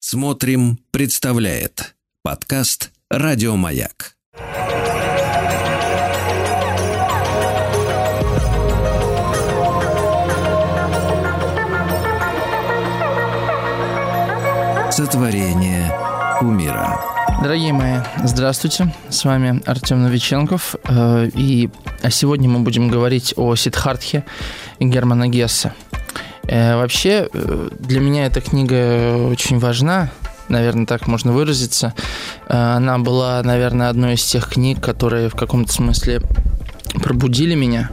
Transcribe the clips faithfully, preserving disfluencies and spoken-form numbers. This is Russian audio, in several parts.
Смотрим, представляет подкаст «Радио Маяк». Сотворение кумира. Дорогие мои, здравствуйте, с вами Артем Новиченков, и сегодня мы будем говорить о Сиддхартхе Германа Гессе. Вообще, для меня эта книга очень важна, наверное, так можно выразиться. Она была, наверное, одной из тех книг, которые в каком-то смысле пробудили меня.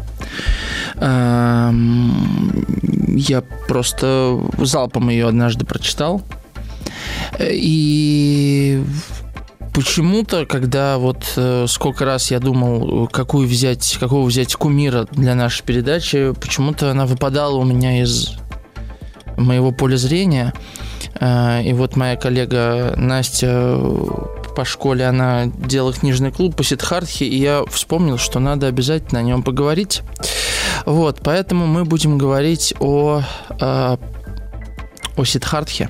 Я просто залпом ее однажды прочитал. И почему-то, когда вот сколько раз я думал, какую взять, какого взять кумира для нашей передачи, почему-то она выпадала у меня из моего поля зрения. И вот моя коллега Настя по школе, она делала книжный клуб по Сиддхартхе, и я вспомнил, что надо обязательно о нем поговорить. Вот, поэтому мы будем говорить о, о, о Сиддхартхе.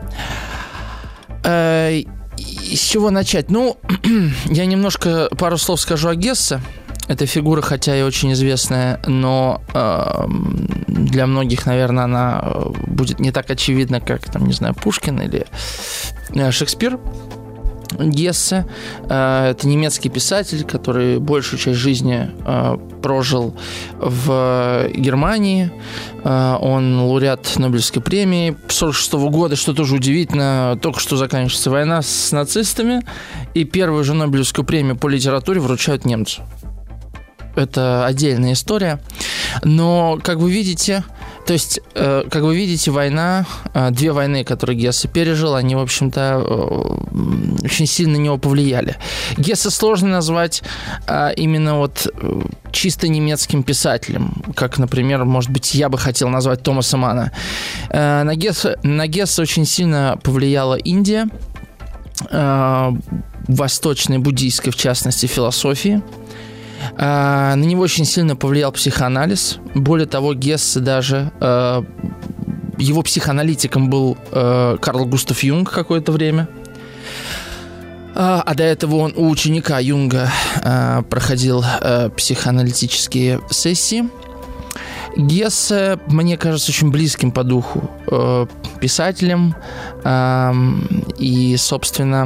С чего начать? Ну, я немножко пару слов скажу о Гессе. Эта фигура, хотя и очень известная, но э, для многих, наверное, она будет не так очевидна, как, там, не знаю, Пушкин или э, Шекспир. Гессе э, – это немецкий писатель, который большую часть жизни э, прожил в Германии. Э, он лауреат Нобелевской премии сорок шестого года, что тоже удивительно, только что заканчивается война с нацистами, и первую же Нобелевскую премию по литературе вручают немцу. Это отдельная история. Но, как вы видите, то есть, э, как вы видите, война, э, две войны, которые Гессе пережил, они, в общем-то, э, очень сильно на него повлияли. Гессе сложно назвать э, именно вот э, чисто немецким писателем, как, например, может быть, я бы хотел назвать Томаса Манна. Э, на Гессе, на Гессе очень сильно повлияла Индия, э, восточной, буддийской, в частности, философии. Uh, на него очень сильно повлиял психоанализ. Более того, Гессе даже... Uh, его психоаналитиком был uh, Карл Густав Юнг какое-то время. Uh, а до этого он у ученика Юнга uh, проходил uh, психоаналитические сессии. Гессе, мне кажется, очень близким по духу uh, писателем. Uh, и, собственно...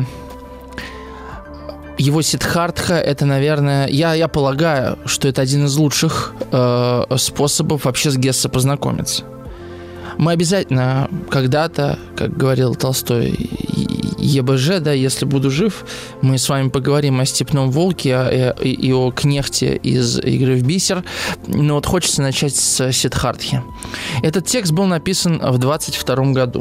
Его Сиддхартха – это, наверное, я, я полагаю, что это один из лучших э, способов вообще с Гессе познакомиться. Мы обязательно когда-то, как говорил Толстой, ЕБЖ, да, если буду жив, мы с вами поговорим о «Степном волке» и, и о Кнехте из «Игры в бисер». Но вот хочется начать с Сиддхартхи. Этот текст был написан в двадцать втором году.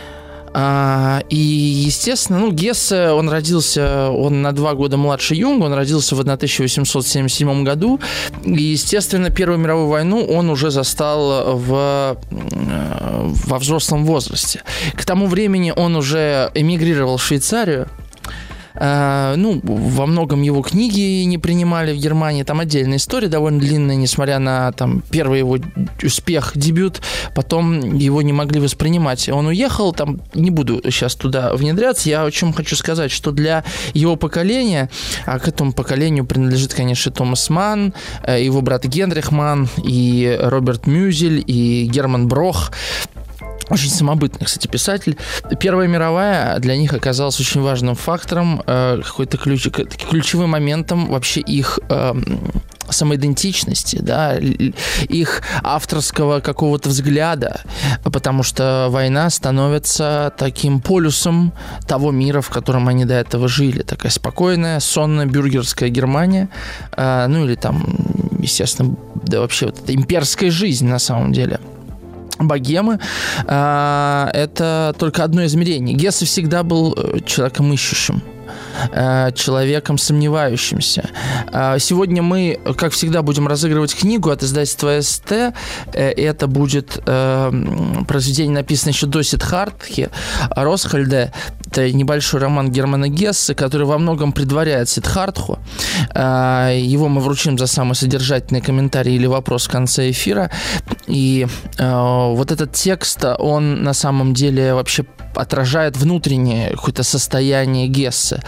А, и, естественно, ну, Гессе, он родился, он на два года младше Юнга, он родился в тысяча восемьсот семьдесят седьмом году, и, естественно, Первую мировую войну он уже застал в, во взрослом возрасте. К тому времени он уже эмигрировал в Швейцарию. Uh, ну, во многом его книги не принимали в Германии. Там отдельная история, довольно длинная, несмотря на там, первый его успех, дебют. Потом его не могли воспринимать. Он уехал, там, не буду сейчас туда внедряться. Я о чем хочу сказать, что для его поколения, а к этому поколению принадлежит, конечно, Томас Манн, его брат Генрих Манн, и Роберт Мюзель, и Герман Брох. Очень самобытный, кстати, писатель. Первая мировая для них оказалась очень важным фактором, э, какой-то ключ, ключевым моментом вообще их э, самоидентичности, да, их авторского какого-то взгляда, потому что война становится таким полюсом того мира, в котором они до этого жили. Такая спокойная, сонная бюргерская Германия, э, ну или там, естественно, да вообще вот эта имперская жизнь на самом деле. Богемы – это только одно измерение. Гессе всегда был человеком ищущим, человеком сомневающимся. Сегодня мы, как всегда, будем разыгрывать книгу от издательства СТ. Это будет произведение, написанное еще до Сиддхартхи, Росхальда. Это небольшой роман Германа Гессе, который во многом предваряет Сиддхартху. Его мы вручим за самый содержательный комментарий или вопрос в конце эфира. И вот этот текст, он на самом деле вообще отражает внутреннее какое-то состояние Гессе.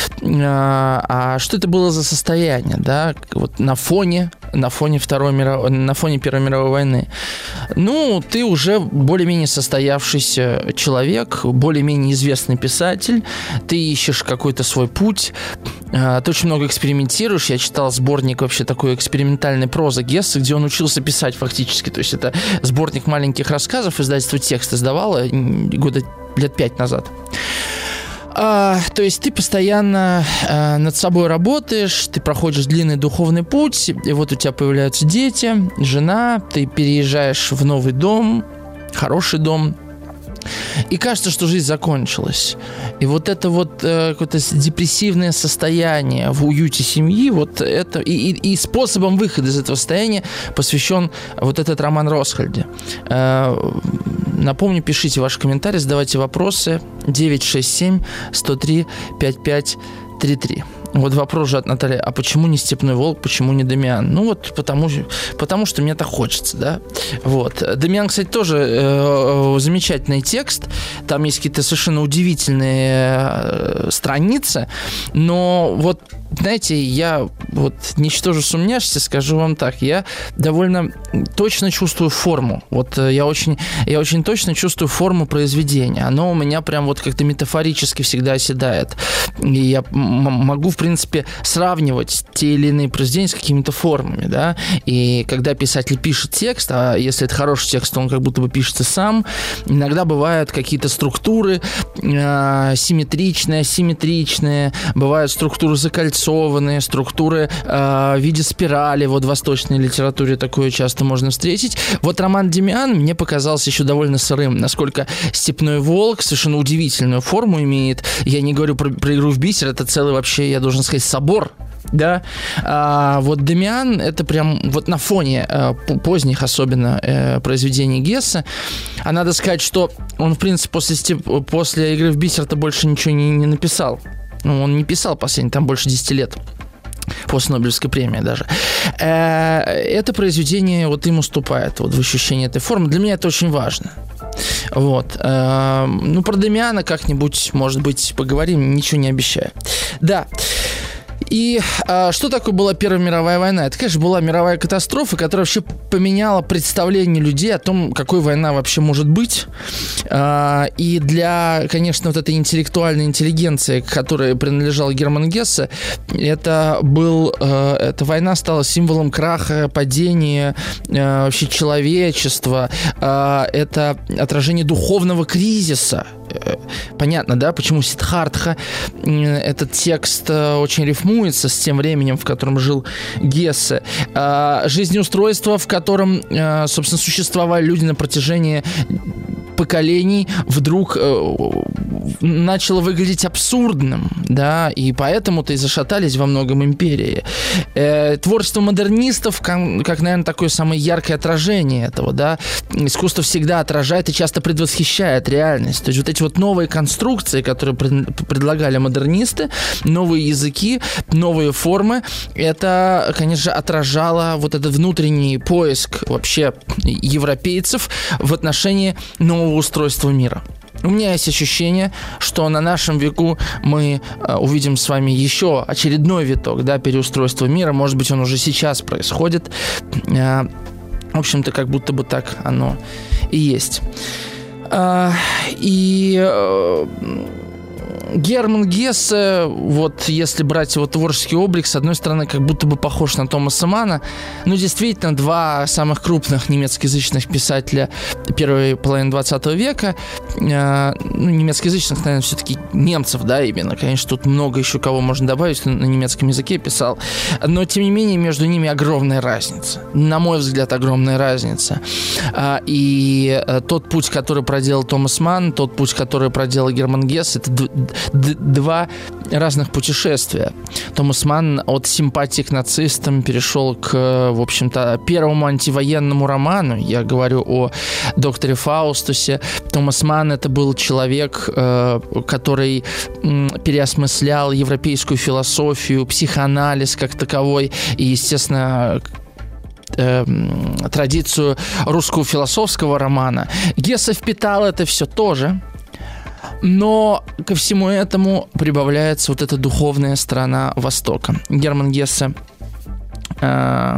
А, а что это было за состояние, да, вот на фоне, на фоне Второй мировой, на фоне Первой мировой войны? Ну, ты уже более-менее состоявшийся человек, более-менее известный писатель, ты ищешь какой-то свой путь, ты очень много экспериментируешь. Я читал сборник вообще такой экспериментальной прозы Гессе, где он учился писать фактически. То есть это сборник маленьких рассказов, издательство «Текст» издавало года лет пять назад. А, то есть ты постоянно а, над собой работаешь, ты проходишь длинный духовный путь, и вот у тебя появляются дети, жена, ты переезжаешь в новый дом, хороший дом, и кажется, что жизнь закончилась. И вот это вот э, какое-то депрессивное состояние в уюте семьи, вот это и, и, и способом выхода из этого состояния посвящен вот этот роман Росхальде. Э, напомню, пишите ваши комментарии, задавайте вопросы. девять шесть семь сто три пятьдесят пять тридцать три. Вот вопрос же от Натальи: а почему не «Степной волк», почему не Дамиан? Ну вот потому, потому что мне так хочется, да. Вот. Дамиан, кстати, тоже э, замечательный текст. Там есть какие-то совершенно удивительные э, страницы. Но вот, знаете, я вот, ничтоже сумняшься, скажу вам так, я довольно точно чувствую форму. Вот я очень, я очень точно чувствую форму произведения. Оно у меня прям вот как-то метафорически всегда оседает. И я м- могу, в принципе, сравнивать те или иные произведения с какими-то формами, да. И когда писатель пишет текст, а если это хороший текст, то он как будто бы пишется сам, иногда бывают какие-то структуры э, симметричные, асимметричные, бывают структуры закольцованные, структуры э, в виде спирали. Вот в восточной литературе такое часто можно встретить. Вот роман Дамиан мне показался еще довольно сырым, насколько «Степной волк» совершенно удивительную форму имеет. Я не говорю про, про «Игру в бисер», это целый вообще, я должен сказать, собор, да. А вот Дамиан — это прям вот на фоне э, поздних особенно э, произведений Гессе. А надо сказать, что он, в принципе, после, степ... после «Игры в бисер»-то больше ничего не, не написал. Ну, он не писал последний, там больше десяти лет. После Нобелевской премии даже. Это произведение вот им уступает вот в ощущении этой формы. Для меня это очень важно. Вот. Ну, про Дамиана как-нибудь, может быть, поговорим, ничего не обещаю. Да. И а, что такое была Первая мировая война? Это, конечно, была мировая катастрофа, которая вообще поменяла представление людей о том, какой война вообще может быть. А, и для, конечно, вот этой интеллектуальной интеллигенции, к которой принадлежал Герман Гессе, это был, а, эта война стала символом краха, падения а, вообще человечества. А, это отражение духовного кризиса. Понятно, да, почему Сиддхартха, этот текст очень рифмуется с тем временем, в котором жил Гессе. Жизнеустройство, в котором, собственно, существовали люди на протяжении поколений, вдруг начало выглядеть абсурдным, да, и поэтому-то и зашатались во многом империи. Творчество модернистов, как, наверное, такое самое яркое отражение этого, да, искусство всегда отражает и часто предвосхищает реальность. То есть вот эти вот новые конструкции, которые пред, предлагали модернисты, новые языки, новые формы, это, конечно же, отражало вот этот внутренний поиск вообще европейцев в отношении нового устройства мира. У меня есть ощущение, что на нашем веку мы э, увидим с вами еще очередной виток, да, переустройства мира. Может быть, он уже сейчас происходит. Э, в общем-то, как будто бы так оно и есть. Э, и... Э, Герман Гессе, вот если брать его творческий облик, с одной стороны, как будто бы похож на Томаса Манна. Ну, действительно, два самых крупных немецкоязычных писателя первой половины двадцатого века. Э, ну, немецкоязычных, наверное, все-таки немцев, да, именно. Конечно, тут много еще кого можно добавить, кто на немецком языке писал. Но, тем не менее, между ними огромная разница. На мой взгляд, огромная разница. Э, и э, тот путь, который проделал Томас Манн, тот путь, который проделал Герман Гессе, это д- д- два разных путешествия. Томас Манн от симпатии к нацистам перешел к, в общем-то, первому антивоенному роману. Я говорю о докторе Фаустусе. Томас Манн — это был человек, э, который э, переосмыслял европейскую философию, психоанализ как таковой и, естественно, э, традицию русского философского романа. Гессе впитал это все тоже. Но ко всему этому прибавляется вот эта духовная сторона Востока. Герман Гессе э,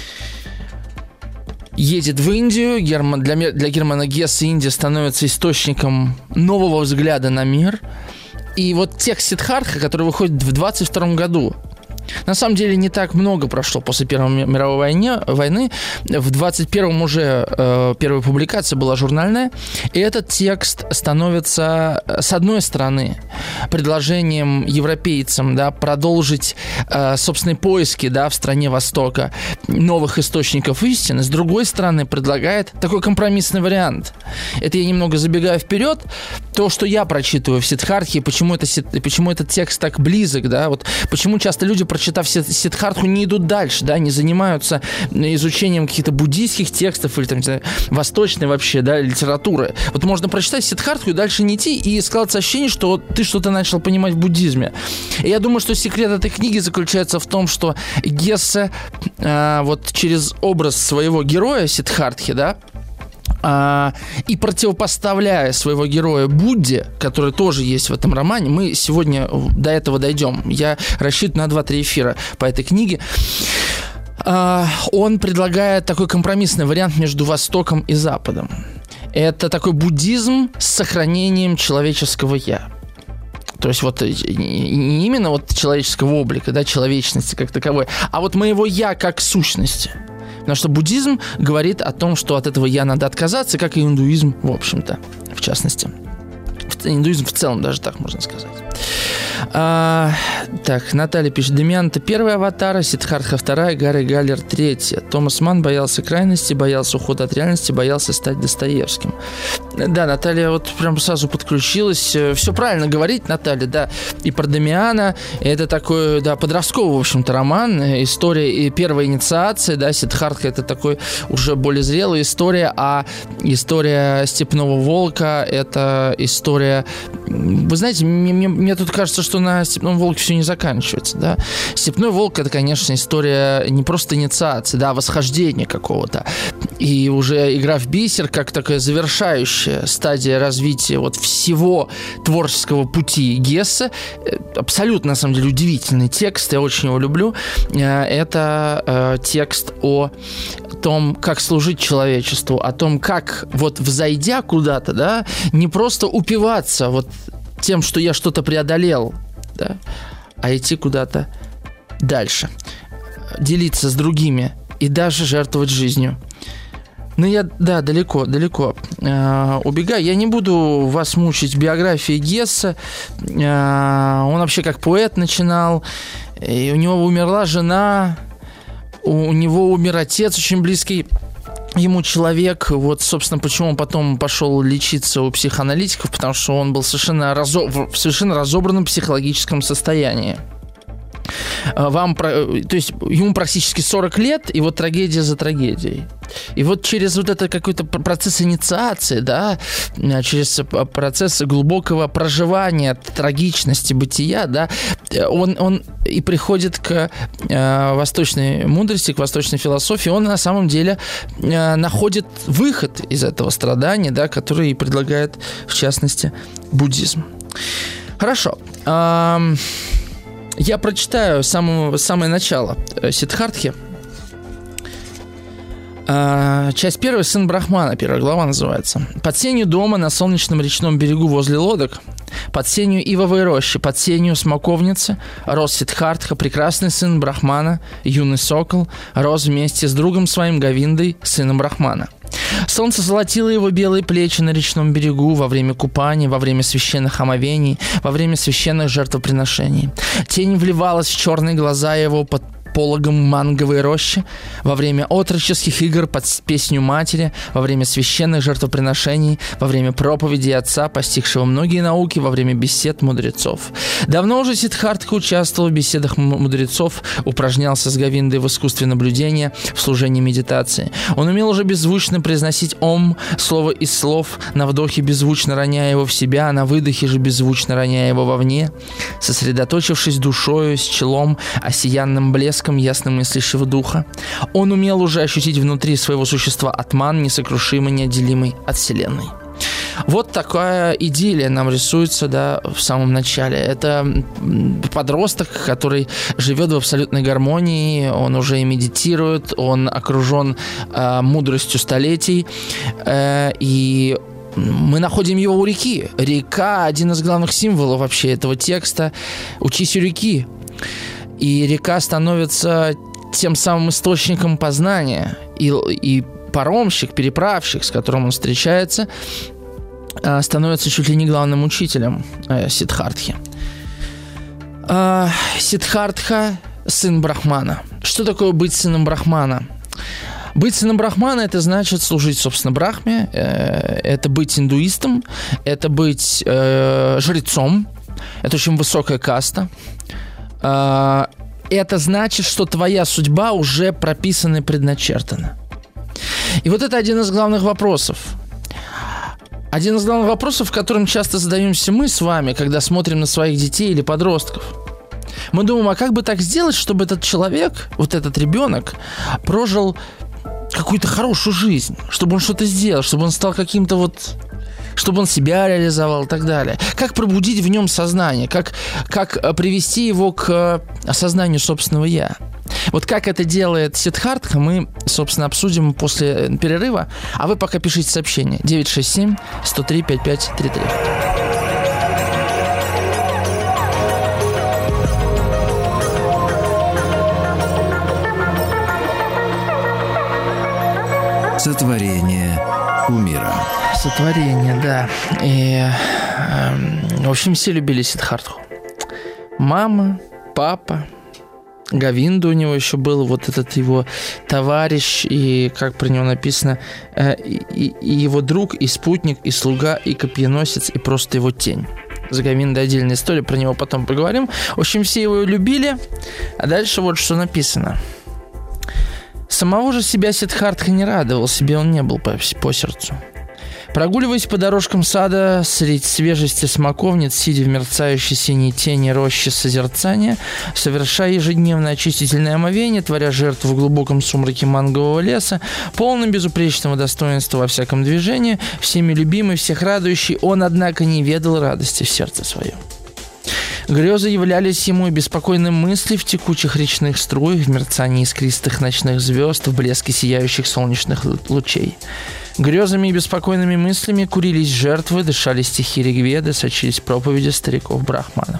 едет в Индию. Герман, для, для Германа Гессе Индия становится источником нового взгляда на мир. И вот текст Сиддхартха, который выходит в двадцать втором году, на самом деле не так много прошло после Первой мировой войны. войны. В двадцать первом уже э, первая публикация была журнальная. И этот текст становится, с одной стороны, предложением европейцам, да, продолжить э, собственные поиски, да, в стране Востока новых источников истины. С другой стороны, предлагает такой компромиссный вариант. Это я немного забегаю вперед. То, что я прочитываю в Сиддхартхе, почему, это, почему этот текст так близок, да, вот почему часто люди, прочитав Сиддхартху, не идут дальше, да, не занимаются изучением каких-то буддийских текстов или там восточной вообще, да, литературы. Вот можно прочитать Сиддхартху и дальше не идти, и складывается ощущение, что ты что-то начал понимать в буддизме. И я думаю, что секрет этой книги заключается в том, что Гессе э, вот через образ своего героя Сиддхартхи, да, А, и противопоставляя своего героя Будде, который тоже есть в этом романе, мы сегодня до этого дойдем. Я рассчитываю на два-три эфира по этой книге. А, он предлагает такой компромиссный вариант между Востоком и Западом. Это такой буддизм с сохранением человеческого «я». То есть вот не именно вот человеческого облика, да, человечности как таковой, а вот моего «я» как сущности. Потому что буддизм говорит о том, что от этого «я» надо отказаться, как и индуизм, в общем-то, в частности. Индуизм в целом даже так можно сказать. А, так, Наталья пишет: Демьян — это первый аватар, Сиддхартха вторая, Гарри Галлер третья. Томас Манн боялся крайности, боялся ухода от реальности, боялся стать Достоевским. Да, Наталья вот прям сразу подключилась. Все правильно говорить, Наталья, да. И про Дамиана. Это такой, да, подростковый, в общем-то, роман. История и первой инициации, да, Сиддхартха — это такой уже более зрелая история, а история Степного волка — это история... Вы знаете, мне, мне, мне тут кажется, что на Степном волке все не заканчивается, да. Степной волк — это, конечно, история не просто инициации, да, а восхождения какого-то. И уже игра в бисер как такая завершающая стадия развития вот всего творческого пути Гессе. Абсолютно, на самом деле, удивительный текст, я очень его люблю. Это э, текст о том, как служить человечеству, о том, как вот взойдя куда-то, да, не просто упиваться вот тем, что я что-то преодолел, да, а идти куда-то дальше, делиться с другими и даже жертвовать жизнью. Ну, я, да, далеко, далеко э, убегаю. Я не буду вас мучить биографией Гессе. Э, он вообще как поэт начинал. И у него умерла жена, у него умер отец, очень близкий ему человек. Вот, собственно, почему он потом пошел лечиться у психоаналитиков, потому что он был совершенно разо... в совершенно разобранном психологическом состоянии. Вам, то есть ему практически сорок лет, и вот трагедия за трагедией. И вот через вот это какой-то процесс инициации, да, через процесс глубокого проживания трагичности бытия, да, он, он и приходит к э, восточной мудрости, к восточной философии. Он на самом деле э, находит выход из этого страдания, да, который и предлагает, в частности, буддизм. Хорошо. Эм... Я прочитаю самое, самое начало Сиддхартхи. А, часть первая, сын Брахмана, первая глава называется. Под сенью дома на солнечном речном берегу возле лодок, под сенью ивовой рощи, под сенью смоковницы рос Сиддхартха, прекрасный сын Брахмана, юный сокол, рос вместе с другом своим Говиндой, сыном Брахмана. Солнце золотило его белые плечи на речном берегу во время купания, во время священных омовений, во время священных жертвоприношений. Тень вливалась в черные глаза его под пологом манговой рощи, во время отроческих игр под песню матери, во время священных жертвоприношений, во время проповеди отца, постигшего многие науки, во время бесед мудрецов. Давно уже Сиддхартха участвовал в беседах мудрецов, упражнялся с Говиндой в искусстве наблюдения, в служении медитации. Он умел уже беззвучно произносить «Ом», слово из слов, на вдохе беззвучно роняя его в себя, а на выдохе же беззвучно роняя его вовне. Сосредоточившись душою, с челом, осиянным блеском ясно мыслящего духа, он умел уже ощутить внутри своего существа атман, несокрушимый, неотделимый от Вселенной. Вот такая идиллия нам рисуется, да, в самом начале. Это подросток, который живет в абсолютной гармонии, он уже и медитирует, он окружен э, мудростью столетий, э, и мы находим его у реки. Река – один из главных символов вообще этого текста. «Учись у реки». И река становится тем самым источником познания. И, и паромщик, переправщик, с которым он встречается, становится чуть ли не главным учителем Сиддхартхи. Сиддхартха – сын Брахмана. Что такое быть сыном Брахмана? Быть сыном Брахмана – это значит служить, собственно, Брахме, это быть индуистом, это быть э, жрецом, это очень высокая каста. Э, это значит, что твоя судьба уже прописана и предначертана. И вот это один из главных вопросов. Один из главных вопросов, которым часто задаемся мы с вами, когда смотрим на своих детей или подростков. Мы думаем, а как бы так сделать, чтобы этот человек, вот этот ребенок, прожил какую-то хорошую жизнь, чтобы он что-то сделал, чтобы он стал каким-то вот, чтобы он себя реализовал и так далее. Как пробудить в нем сознание, как, как привести его к осознанию собственного «я». Вот как это делает Сиддхартха, мы, собственно, обсудим после перерыва. А вы пока пишите сообщение девять шесть семь сто три пятьдесят пять тридцать три. Сотворение кумира. Сотворение, да. И, э, в общем, все любили Сиддхартху. Мама, папа, Говинда у него еще был, вот этот его товарищ, и, как про него написано, э, и, и его друг, и спутник, и слуга, и копьеносец, и просто его тень. С Говиндой отдельная история, про него потом поговорим. В общем, все его любили, а дальше вот что написано. Самого же себя Сиддхартха не радовал, себе он не был по, по сердцу. Прогуливаясь по дорожкам сада среди свежести смоковниц, сидя в мерцающей синей тени рощи созерцания, совершая ежедневное очистительное омовение, творя жертву в глубоком сумраке мангового леса, полным безупречного достоинства во всяком движении, всеми любимый, всех радующий, он, однако, не ведал радости в сердце своем. Грезы являлись ему и беспокойные мысли в текучих речных струях, в мерцании искристых ночных звезд, в блеске сияющих солнечных лучей. Грезами и беспокойными мыслями курились жертвы, дышали стихи Ригведы, сочились проповеди стариков-брахманов.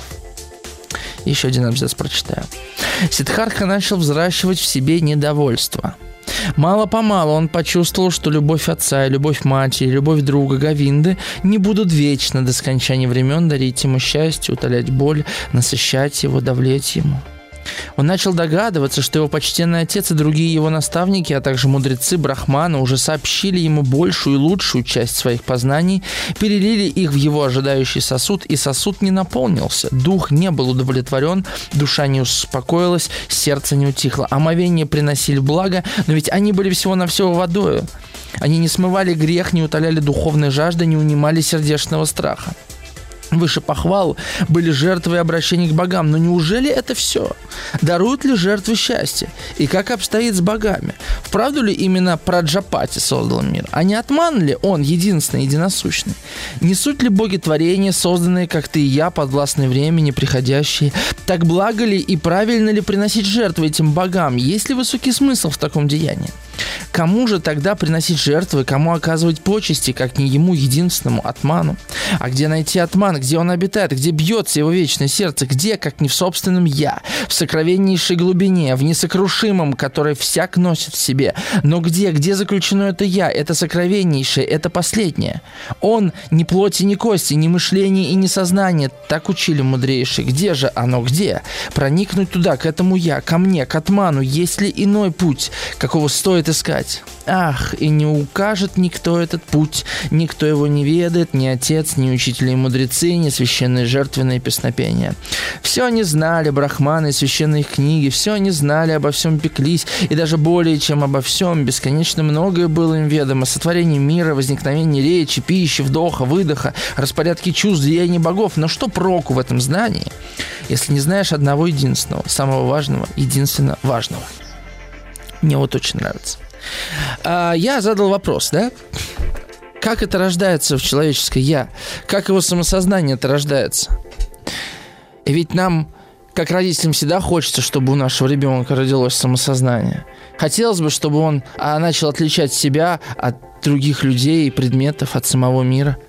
Еще один абзац прочитаю. Сиддхартха начал взращивать в себе недовольство. Мало-помалу он почувствовал, что любовь отца и любовь матери, и любовь друга Говинды не будут вечно до скончания времен дарить ему счастье, утолять боль, насыщать его, давлеть ему. Он начал догадываться, что его почтенный отец и другие его наставники, а также мудрецы Брахмана уже сообщили ему большую и лучшую часть своих познаний, перелили их в его ожидающий сосуд, и сосуд не наполнился, дух не был удовлетворен, душа не успокоилась, сердце не утихло. Омовения приносили благо, но ведь они были всего-навсего водою. Они не смывали грех, не утоляли духовной жажды, не унимали сердечного страха. Выше похвал были жертвы и обращения к богам. Но неужели это все? Даруют ли жертвы счастье? И как обстоит с богами? Вправду ли именно Праджапати создал мир? А не Атман ли он единственный, единосущный? Не суть ли боги творения, созданные, как ты и я, подвластные времени, приходящие? Так благо ли и правильно ли приносить жертвы этим богам? Есть ли высокий смысл в таком деянии? Кому же тогда приносить жертвы, кому оказывать почести, как не ему, единственному, Атману? А где найти Атман, где он обитает, где бьется его вечное сердце, где, как не в собственном «я», в сокровеннейшей глубине, в несокрушимом, которое всяк носит в себе? Но где, где заключено это «я», это сокровеннейшее, это последнее? Он ни плоти, ни кости, ни мышление и ни сознание, так учили мудрейшие. Где же оно, где? Проникнуть туда, к этому «я», ко мне, к Атману, есть ли иной путь, какого стоит искать? Ах, и не укажет никто этот путь, никто его не ведает, ни отец, ни учители и мудрецы, ни священные жертвенные песнопения. Все они знали, брахманы и священные книги, все они знали, обо всем пеклись, и даже более, чем обо всем, бесконечно многое было им ведомо: сотворение мира, возникновение речи, пищи, вдоха, выдоха, распорядки чувств, деяний богов. Но что проку в этом знании, если не знаешь одного единственного, самого важного, единственно важного? Мне вот очень нравится. А, я задал вопрос, да? как это рождается в человеческое «я», как его самосознание это рождается. И ведь нам, как родителям, всегда хочется, чтобы у нашего ребенка родилось самосознание. Хотелось бы, чтобы он а, начал отличать себя от других людей и предметов, от самого мира.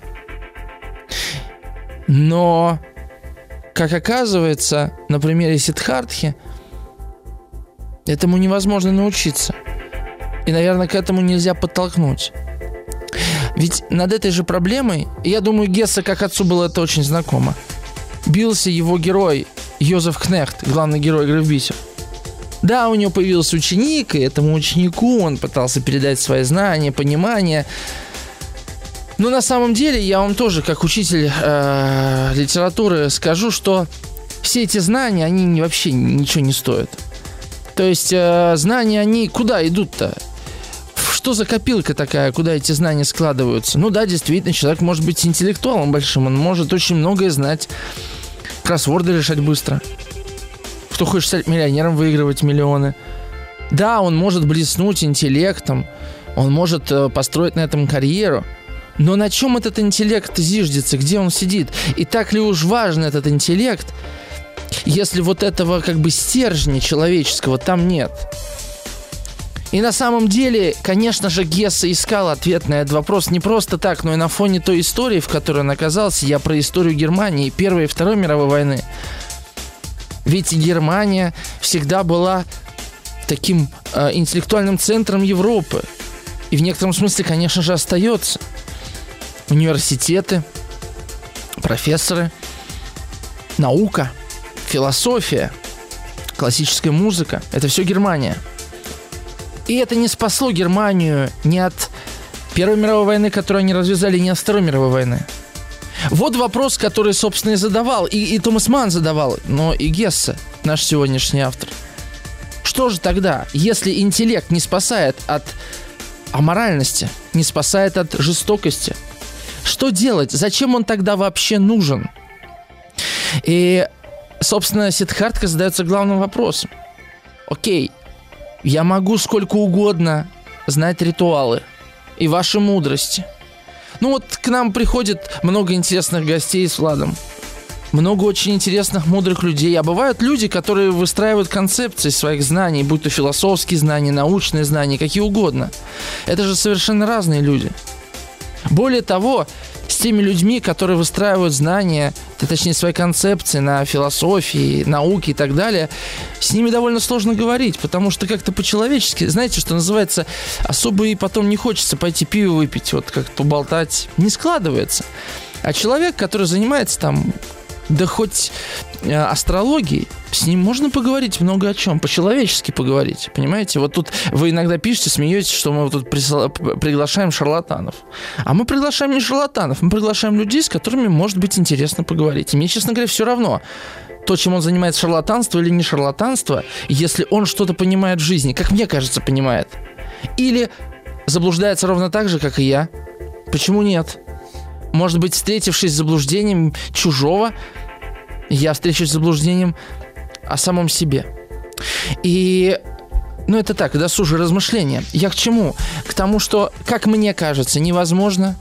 Но, как оказывается, на примере Сиддхартхи, этому невозможно научиться. И, наверное, к этому нельзя подтолкнуть. Ведь над этой же проблемой, я думаю, Гессе как отцу было это очень знакомо, бился его герой Йозеф Кнехт, главный герой «Грабителя». Да, у него появился ученик, и этому ученику он пытался передать свои знания, понимание. Но на самом деле я вам тоже, как учитель э, литературы, скажу, что все эти знания, они вообще ничего не стоят. То есть э, знания, они куда идут-то? Что за копилка такая, куда эти знания складываются? Ну да, действительно, человек может быть интеллектуалом большим, он может очень многое знать, кроссворды решать быстро. Кто хочет стать миллионером, выигрывать миллионы. Да, он может блеснуть интеллектом, он может э, построить на этом карьеру. Но на чем этот интеллект зиждется, где он сидит? И так ли уж важен этот интеллект, если вот этого как бы стержня человеческого там нет? И на самом деле, конечно же, Гессе искал ответ на этот вопрос не просто так, но и на фоне той истории, в которой он оказался. Я про историю Германии Первой и Второй мировой войны. Ведь Германия всегда была таким э, интеллектуальным центром Европы. И в некотором смысле, конечно же, остается. Университеты, профессоры, наука, философия, классическая музыка – это все Германия. И это не спасло Германию ни от Первой мировой войны, которую они развязали, ни от Второй мировой войны. Вот вопрос, который, собственно, и задавал, и, и Томас Манн задавал, но и Гессе, наш сегодняшний автор. Что же тогда, если интеллект не спасает от аморальности, не спасает от жестокости? Что делать? Зачем он тогда вообще нужен? И, собственно, Сиддхартха задается главным вопросом. Окей, я могу сколько угодно знать ритуалы и ваши мудрости. Ну вот к нам приходит много интересных гостей с Владом. Много очень интересных, мудрых людей. А бывают люди, которые выстраивают концепции своих знаний, будь то философские знания, научные знания, какие угодно. Это же совершенно разные люди. Более того, с теми людьми, которые выстраивают знания, точнее свои концепции на философии, науке и так далее, с ними довольно сложно говорить, потому что как-то по-человечески, знаете, что называется, особо и потом не хочется пойти пиво выпить, вот как-то поболтать, не складывается. А человек, который занимается там, да хоть э, астрологией, с ним можно поговорить много о чем, по-человечески поговорить, понимаете? Вот тут вы иногда пишете, смеетесь, что мы тут присла- приглашаем шарлатанов. А мы приглашаем не шарлатанов, мы приглашаем людей, с которыми может быть интересно поговорить. И мне, честно говоря, все равно, то, чем он занимается, шарлатанство или не шарлатанство, если он что-то понимает в жизни, как мне кажется, понимает. Или заблуждается ровно так же, как и я. Почему нет? Может быть, встретившись с заблуждением чужого, я встречусь с заблуждением о самом себе. И, ну, это так, досужие размышления. Я к чему? К тому, что, как мне кажется, невозможно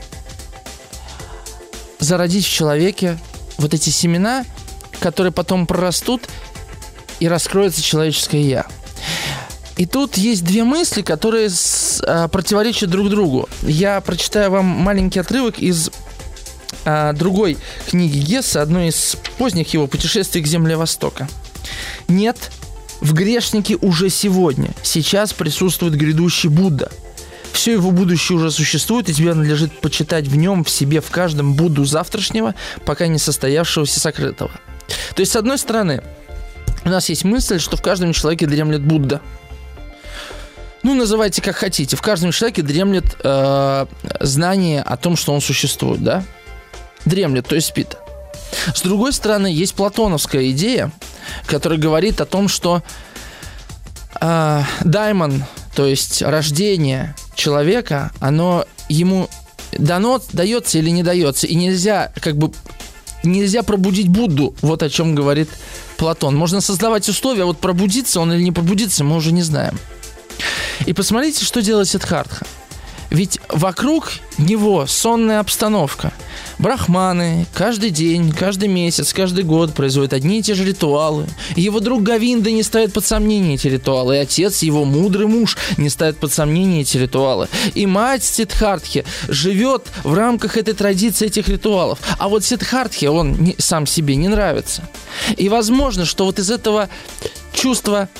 зародить в человеке вот эти семена, которые потом прорастут и раскроется человеческое «я». И тут есть две мысли, которые с, а, противоречат друг другу. Я прочитаю вам маленький отрывок из а, другой книги Гессе, одной из поздних его «Путешествий к земле Востока». Нет, в грешнике уже сегодня, сейчас присутствует грядущий Будда. Все его будущее уже существует, и тебе надлежит почитать в нем, в себе, в каждом Будду завтрашнего, пока не состоявшегося сокрытого. То есть, с одной стороны, у нас есть мысль, что в каждом человеке дремлет Будда. Ну, называйте как хотите. В каждом человеке дремлет э, знание о том, что он существует, да? Дремлет, то есть спит. С другой стороны, есть платоновская идея, которая говорит о том, что э, даймон, то есть рождение человека, оно ему дано, дается или не дается. И нельзя, как бы, нельзя пробудить Будду. Вот о чем говорит Платон. Можно создавать условия, а вот пробудиться он или не пробудиться, мы уже не знаем. И посмотрите, что делает Сиддхартха. Ведь вокруг него сонная обстановка. Брахманы каждый день, каждый месяц, каждый год производят одни и те же ритуалы. Его друг Говинда не ставит под сомнение эти ритуалы. И отец, его мудрый муж, не ставит под сомнение эти ритуалы. И мать Сиддхартхи живет в рамках этой традиции, этих ритуалов. А вот Сиддхартхи, он не, сам себе не нравится. И возможно, что вот из этого чувства,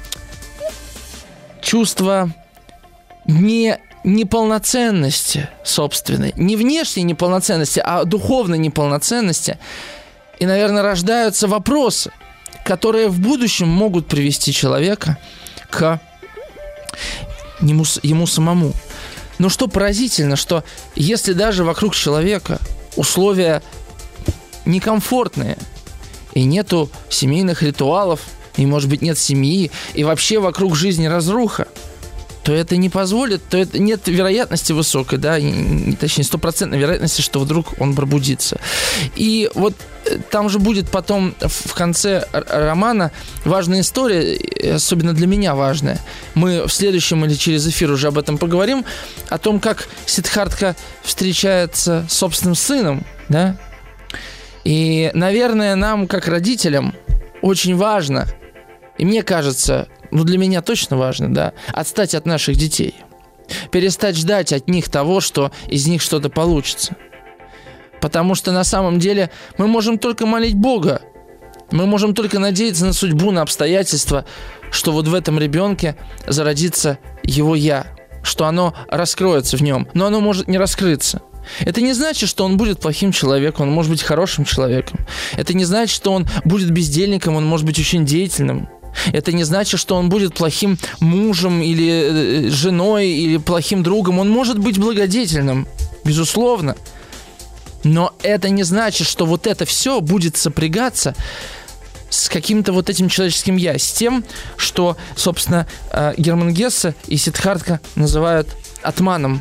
чувства не... неполноценности собственной, не внешней неполноценности, а духовной неполноценности. И, наверное, рождаются вопросы, которые в будущем могут привести человека к нему, ему самому. Но что поразительно, что если даже вокруг человека условия некомфортные, и нету семейных ритуалов, и, может быть, нет семьи, и вообще вокруг жизни разруха, то это не позволит, то это нет вероятности высокой, да, точнее, стопроцентной вероятности, что вдруг он пробудится. И вот там же будет потом в конце романа важная история, особенно для меня важная. Мы в следующем или через эфир уже об этом поговорим, о том, как Сиддхартха встречается с собственным сыном, да. И, наверное, нам, как родителям, очень важно, и мне кажется, ну, для меня точно важно, да, отстать от наших детей. Перестать ждать от них того, что из них что-то получится. Потому что на самом деле мы можем только молить Бога. Мы можем только надеяться на судьбу, на обстоятельства, что вот в этом ребенке зародится его «я», что оно раскроется в нем. Но оно может не раскрыться. Это не значит, что он будет плохим человеком, он может быть хорошим человеком. Это не значит, что он будет бездельником, он может быть очень деятельным. Это не значит, что он будет плохим мужем или женой, или плохим другом. Он может быть благодетельным, безусловно. Но это не значит, что вот это все будет сопрягаться с каким-то вот этим человеческим «я», с тем, что, собственно, Герман Гессе и Сиддхартха называют атманом.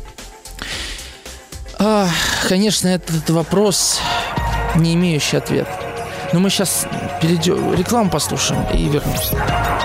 Конечно, этот вопрос, не имеющий ответа. Но мы сейчас перейдем, рекламу послушаем и вернемся.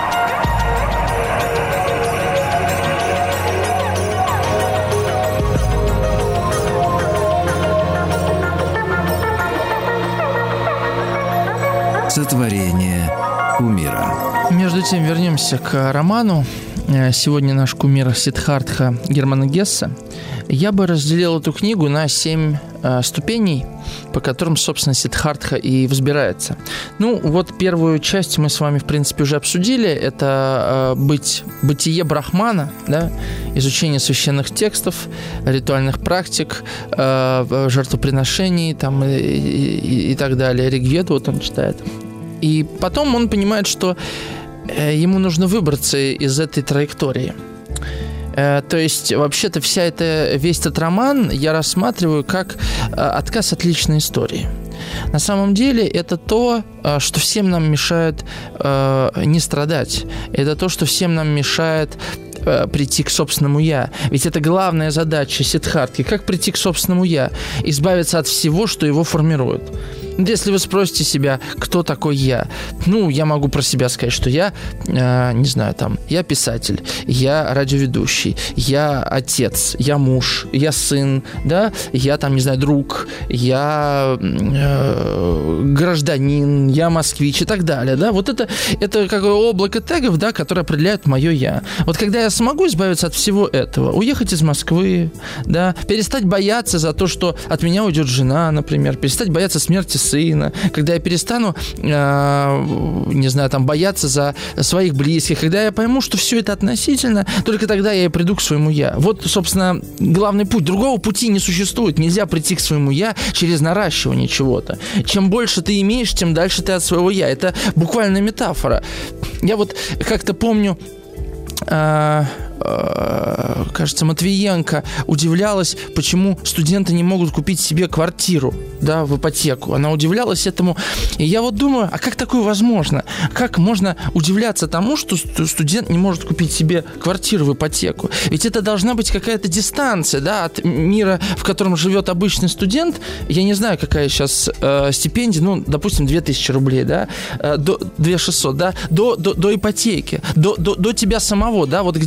Сотворение кумира. Между тем вернемся к роману. Сегодня наш кумир Сиддхартха Германа Гессе. Я бы разделил эту книгу на семь э, ступеней, по которым, собственно, Сиддхартха и взбирается. Ну, вот первую часть мы с вами, в принципе, уже обсудили. Это э, быть, бытие Брахмана, да, изучение священных текстов, ритуальных практик, э, жертвоприношений там, и, и, и так далее. Ригведу вот он читает. И потом он понимает, что э, ему нужно выбраться из этой траектории. То есть, вообще-то, вся эта, весь этот роман я рассматриваю как отказ от личной истории. На самом деле, это то, что всем нам мешает не страдать. Это то, что всем нам мешает прийти к собственному «я». Ведь это главная задача Сиддхартхи. Как прийти к собственному «я»? Избавиться от всего, что его формирует. Если вы спросите себя, кто такой я, ну, я могу про себя сказать, что я, э, не знаю, там, я писатель, я радиоведущий, я отец, я муж, я сын, да, я, там, не знаю, друг, я э, гражданин, я москвич и так далее, да, вот это, это какое облако тегов, да, которое определяет мое я. Вот когда я смогу избавиться от всего этого, уехать из Москвы, да, перестать бояться за то, что от меня уйдет жена, например, перестать бояться смерти сына, когда я перестану, э, не знаю, там, бояться за своих близких, когда я пойму, что все это относительно, только тогда я и приду к своему «я». Вот, собственно, главный путь. Другого пути не существует. Нельзя прийти к своему «я» через наращивание чего-то. Чем больше ты имеешь, тем дальше ты от своего «я». Это буквально метафора. Я вот как-то помню... Э, кажется, Матвиенко удивлялась, почему студенты не могут купить себе квартиру, да, в ипотеку. Она удивлялась этому. И я вот думаю, а как такое возможно? Как можно удивляться тому, что студент не может купить себе квартиру в ипотеку? Ведь это должна быть какая-то дистанция, да, от мира, в котором живет обычный студент. Я не знаю, какая сейчас э, стипендия, ну, допустим, две тысячи рублей, да, э, до две тысячи шестьсот, да, до, до, до ипотеки, до, до, до тебя самого, да, вот где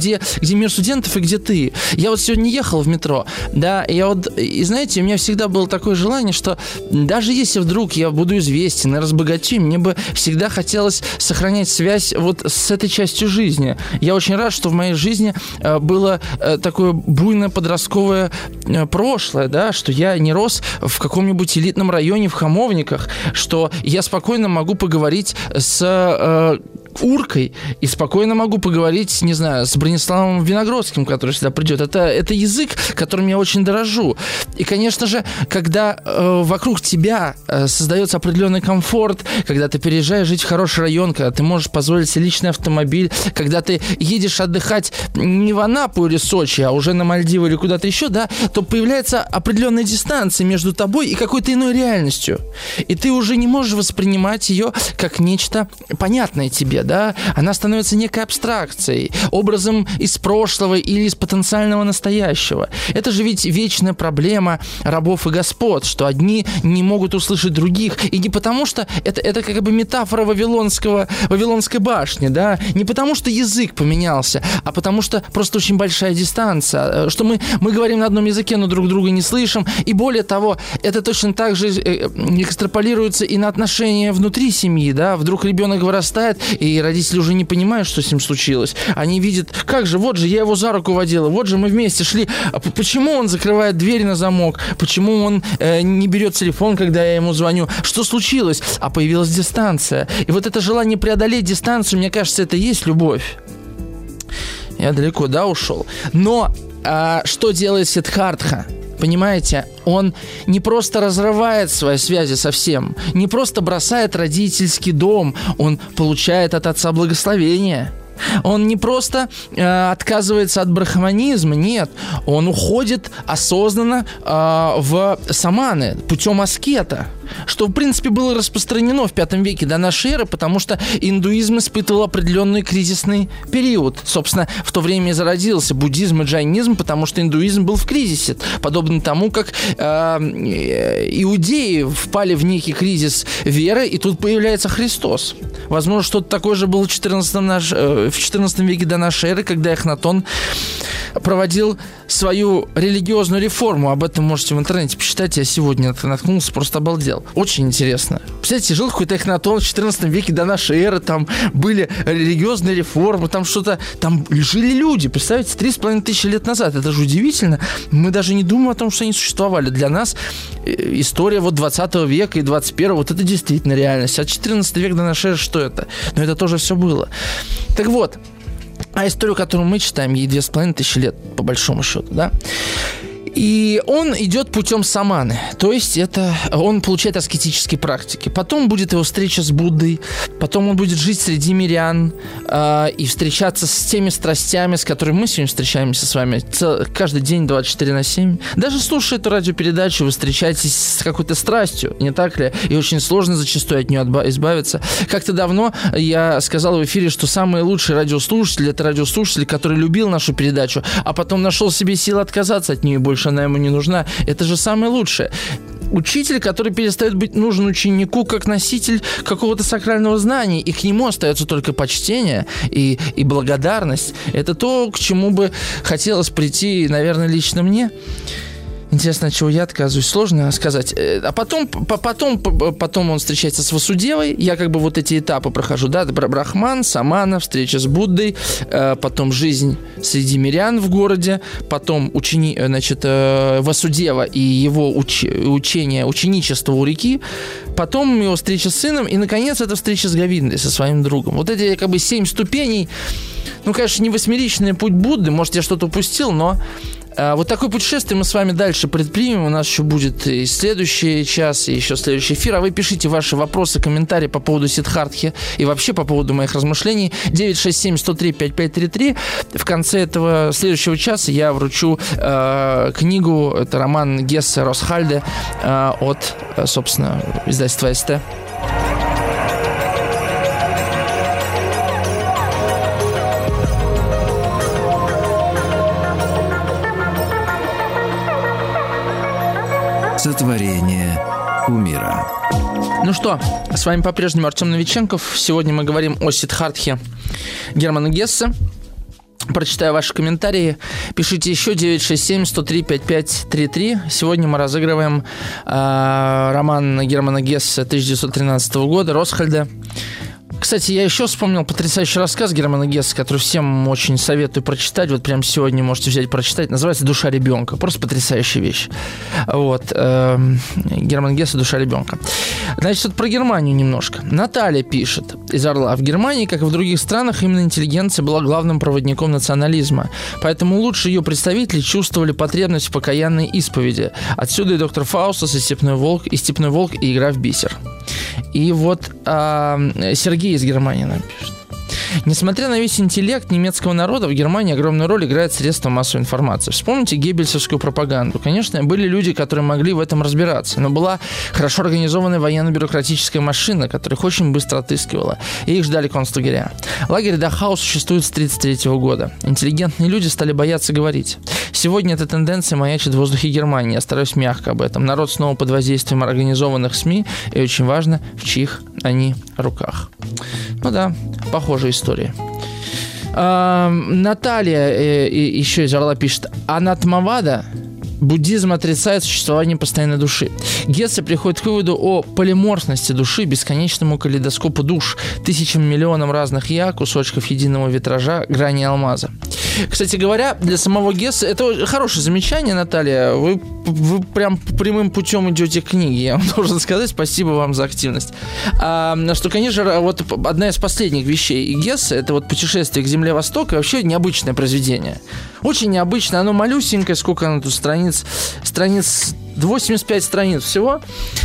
где мир студентов и где ты. Я вот сегодня ехал в метро, да, и я вот, и знаете, у меня всегда было такое желание, что даже если вдруг я буду известен и разбогачу, мне бы всегда хотелось сохранять связь вот с этой частью жизни. Я очень рад, что в моей жизни было такое буйное подростковое прошлое, да, что я не рос в каком-нибудь элитном районе в Хамовниках, что я спокойно могу поговорить с э, Уркой и спокойно могу поговорить, не знаю, с Брониславом Виногродским, который сюда придет. Это, это язык, которым я очень дорожу. И, конечно же, когда э, вокруг тебя э, создается определенный комфорт, когда ты переезжаешь жить в хороший район, когда ты можешь позволить себе личный автомобиль, когда ты едешь отдыхать не в Анапу или Сочи, а уже на Мальдивы или куда-то еще, да, то появляется определенная дистанция между тобой и какой-то иной реальностью. И ты уже не можешь воспринимать ее как нечто понятное тебе, да, она становится некой абстракцией, образом из прошлого или из потенциального настоящего. Это же ведь вечная проблема рабов и господ, что одни не могут услышать других, и не потому что это, это как бы метафора Вавилонского, Вавилонской башни, да, не потому что язык поменялся, а потому что просто очень большая дистанция, что мы, мы говорим на одном языке, но друг друга не слышим, и более того, это точно так же экстраполируется и на отношения внутри семьи, да, вдруг ребенок вырастает, и родители уже не понимают, что с ним случилось. Они видят, как же, вот же, я его за руку водила, вот же мы вместе шли. А почему он закрывает дверь на замок? Почему он э, не берет телефон, когда я ему звоню? Что случилось? А появилась дистанция. И вот это желание преодолеть дистанцию, мне кажется, это и есть любовь. Я далеко, да, ушел. Но а, что делает Сиддхартха? Понимаете, он не просто разрывает свои связи со всем, не просто бросает родительский дом, он получает от отца благословение. Он не просто э, отказывается от брахманизма, нет, он уходит осознанно э, в саманы путем аскета, что, в принципе, было распространено в пятом веке до нашей эры, потому что индуизм испытывал определенный кризисный период. Собственно, в то время и зародился буддизм и джайнизм, потому что индуизм был в кризисе, подобно тому, как э, иудеи впали в некий кризис веры, и тут появляется Христос. Возможно, что-то такое же было в четырнадцатом, наш, э, в четырнадцатом веке до нашей эры, когда Эхнатон проводил свою религиозную реформу. Об этом можете в интернете почитать. Я сегодня наткнулся, просто обалдел. Очень интересно. Представляете, жил какой-то Эхнатон в четырнадцатом веке до нашей эры, там были религиозные реформы, там что-то, там жили люди, представляете, три с половиной тысячи лет назад. Это же удивительно. Мы даже не думаем о том, что они существовали. Для нас история вот двадцатого века и двадцать первого, вот это действительно реальность. А четырнадцатый век до нашей эры, что это? Но это тоже все было. Так вот, а историю, которую мы читаем, ей две с половиной тысячи лет, по большому счету, да? И он идет путем саманы, то есть это он получает аскетические практики. Потом будет его встреча с Буддой, потом он будет жить среди мирян э, и встречаться с теми страстями, с которыми мы сегодня встречаемся с вами цел, каждый день двадцать четыре на семь. Даже слушая эту радиопередачу, вы встречаетесь с какой-то страстью, не так ли? И очень сложно зачастую от нее отба- избавиться. Как-то давно я сказал в эфире, что самые лучшие радиослушатели — это радиослушатели, который любил нашу передачу, а потом нашел в себе силы отказаться от нее, больше она ему не нужна. Это же самое лучшее. Учитель, который перестает быть нужен ученику как носитель какого-то сакрального знания, и к нему остается только почтение и, и благодарность. Это то, к чему бы хотелось прийти, наверное, лично мне. Интересно, от чего я отказываюсь, сложно сказать. А потом, потом, потом он встречается с Васудевой. Я как бы вот эти этапы прохожу, да, Брахман, самана, встреча с Буддой, потом жизнь среди мирян в городе, потом учени, значит, Васудева и его уч, учение, ученичество у реки, потом его встреча с сыном, и, наконец, это встреча с Говиндой, со своим другом. Вот эти, как бы, семь ступеней. Ну, конечно, не восьмеричный путь Будды, может, я что-то упустил, но вот такое путешествие мы с вами дальше предпримем. У нас еще будет и следующий час, и еще следующий эфир. А вы пишите ваши вопросы, комментарии по поводу Сиддхартхи и вообще по поводу моих размышлений. девять шесть семь сто три пятьдесят пять тридцать три. В конце этого следующего часа я вручу э, книгу. Это роман Гессе Росхальде э, от, собственно, издательства СТ. Сотворение кумира. Ну что, с вами по-прежнему Артем Новиченков. Сегодня мы говорим о Сиддхартхе Германа Гессе. Прочитаю ваши комментарии. Пишите еще девять шесть семь сто три пятьдесят пять тридцать три. Сегодня мы разыгрываем э, роман Германа Гессе тысяча девятьсот тринадцатого года «Росхальда». Кстати, я еще вспомнил потрясающий рассказ Германа Гессе, который всем очень советую прочитать. Вот прямо сегодня можете взять и прочитать. Называется «Душа ребенка». Просто потрясающая вещь. Вот. Э, Герман Гессе «Душа ребенка». Значит, вот про Германию немножко. Наталья пишет из Орла. В Германии, как и в других странах, именно интеллигенция была главным проводником национализма. Поэтому лучшие ее представители чувствовали потребность в покаянной исповеди. Отсюда и доктор Фаустус, и Степной волк, и Степной волк, и игра в бисер. И вот э, Сергей из Германии нам пишет. Несмотря на весь интеллект немецкого народа, в Германии огромную роль играет средства массовой информации. Вспомните геббельсовскую пропаганду. Конечно, были люди, которые могли в этом разбираться, но была хорошо организованная военно-бюрократическая машина, которая их очень быстро отыскивала, и их ждали концлагеря. Лагерь Дахау существует с тысяча девятьсот тридцать третьего года. Интеллигентные люди стали бояться говорить. Сегодня эта тенденция маячит в воздухе Германии. Я стараюсь мягко об этом. Народ снова под воздействием организованных СМИ, и очень важно, в чьих они руках. Ну да, похожая история. А, Наталья э, э, еще из Орла пишет. Анатмавада. Буддизм отрицает существование постоянной души. Гессе приходит к выводу о полиморфности души, бесконечному калейдоскопу душ, тысячам миллионам разных я, кусочков единого витража, грани алмаза. Кстати говоря, для самого Гессе это хорошее замечание, Наталья. Вы, вы прям прямым путем идете к книге, я вам должен сказать. Спасибо вам за активность. А, что, конечно, вот одна из последних вещей Гессе — это вот «Путешествие к земле Востока», вообще необычное произведение. Очень необычное, оно малюсенькое, сколько оно тут страниц? Страниц восемьдесят пять страниц всего.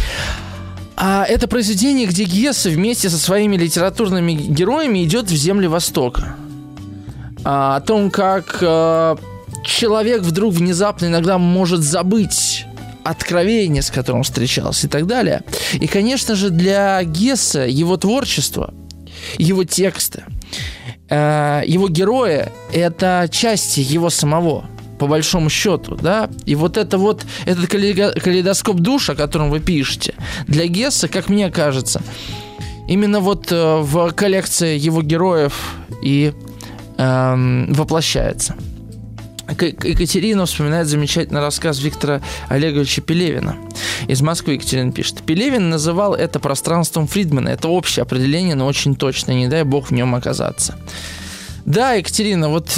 А это произведение, где Гессе вместе со своими литературными героями идет в земли Востока. А, о том, как а, человек вдруг внезапно иногда может забыть откровение, с которым встречался, и так далее. И, конечно же, для Гессе его творчество, его тексты, а, его герои — это части его самого, по большому счету, да, и вот это вот, этот калейдоскоп душ, о котором вы пишете, для Гессе, как мне кажется, именно вот э, в коллекции его героев и э, воплощается. Екатерина вспоминает замечательный рассказ Виктора Олеговича Пелевина. Из Москвы Екатерина пишет. Пелевин называл это пространством Фридмана. Это общее определение, но очень точное. Не дай бог в нем оказаться. Да, Екатерина, вот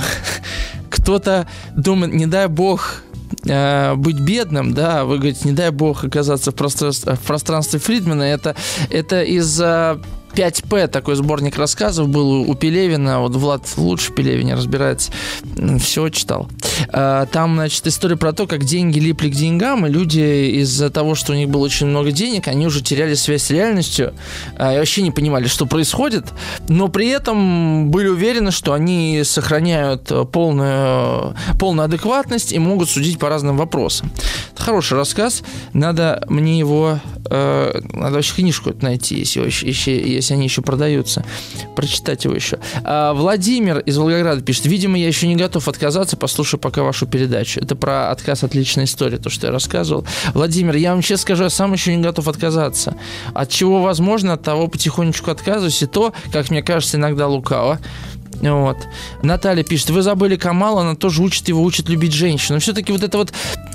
кто-то думает, не дай бог э, быть бедным, да, вы говорите, не дай бог оказаться в пространстве, в пространстве Фридмана, это, это из-за пять пэ, такой сборник рассказов был у Пелевина, вот Влад лучше в Пелевине разбирается, все читал. Там, значит, история про то, как деньги липли к деньгам, и люди из-за того, что у них было очень много денег, они уже теряли связь с реальностью, и вообще не понимали, что происходит, но при этом были уверены, что они сохраняют полную, полную адекватность и могут судить по разным вопросам. Это хороший рассказ, надо мне его, э, надо вообще книжку эту найти, если, если, если они еще продаются, прочитать его еще. А Владимир из Волгограда пишет, видимо, я еще не готов отказаться, послушаю пока вашу передачу. Это про отказ от личной истории, то, что я рассказывал. Владимир, я вам честно скажу, я сам еще не готов отказаться. От чего возможно, от того потихонечку отказываюсь, и то, как мне кажется, иногда лукаво. Вот. Наталья пишет, вы забыли Камала, она тоже учит его, учит любить женщину. Но все-таки вот это вот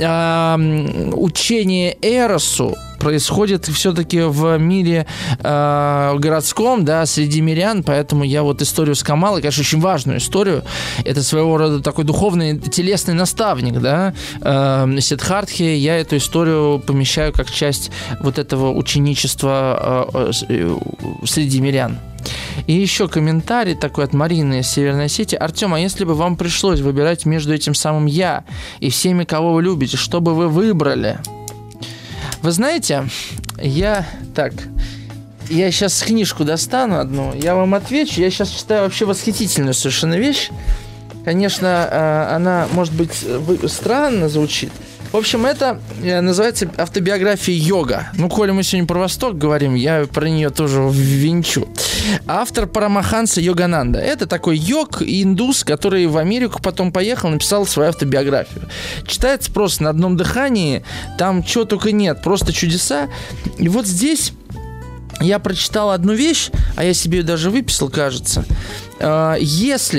э, учение Эросу происходит все-таки в мире э, городском, да, среди мирян, поэтому я вот историю с Камалой, конечно, очень важную историю, это своего рода такой духовный, телесный наставник, да, э, Сиддхартхи, я эту историю помещаю как часть вот этого ученичества э, э, среди мирян. И еще комментарий такой от Марины из Северной Осетии. Артем, а если бы вам пришлось выбирать между этим самым «я» и всеми, кого вы любите, что бы вы выбрали? Вы знаете, я... Так, я сейчас книжку достану одну, я вам отвечу. Я сейчас читаю вообще восхитительную совершенно вещь. Конечно, она, может быть, странно звучит. В общем, это называется автобиография йога. Ну, коли мы сегодня про Восток говорим, я про нее тоже ввинчу. Автор Парамаханса Йогананда. Это такой йог, индус, который в Америку потом поехал, написал свою автобиографию. Читается просто на одном дыхании, там чего только нет, просто чудеса. И вот здесь я прочитал одну вещь, а я себе ее даже выписал, кажется. Если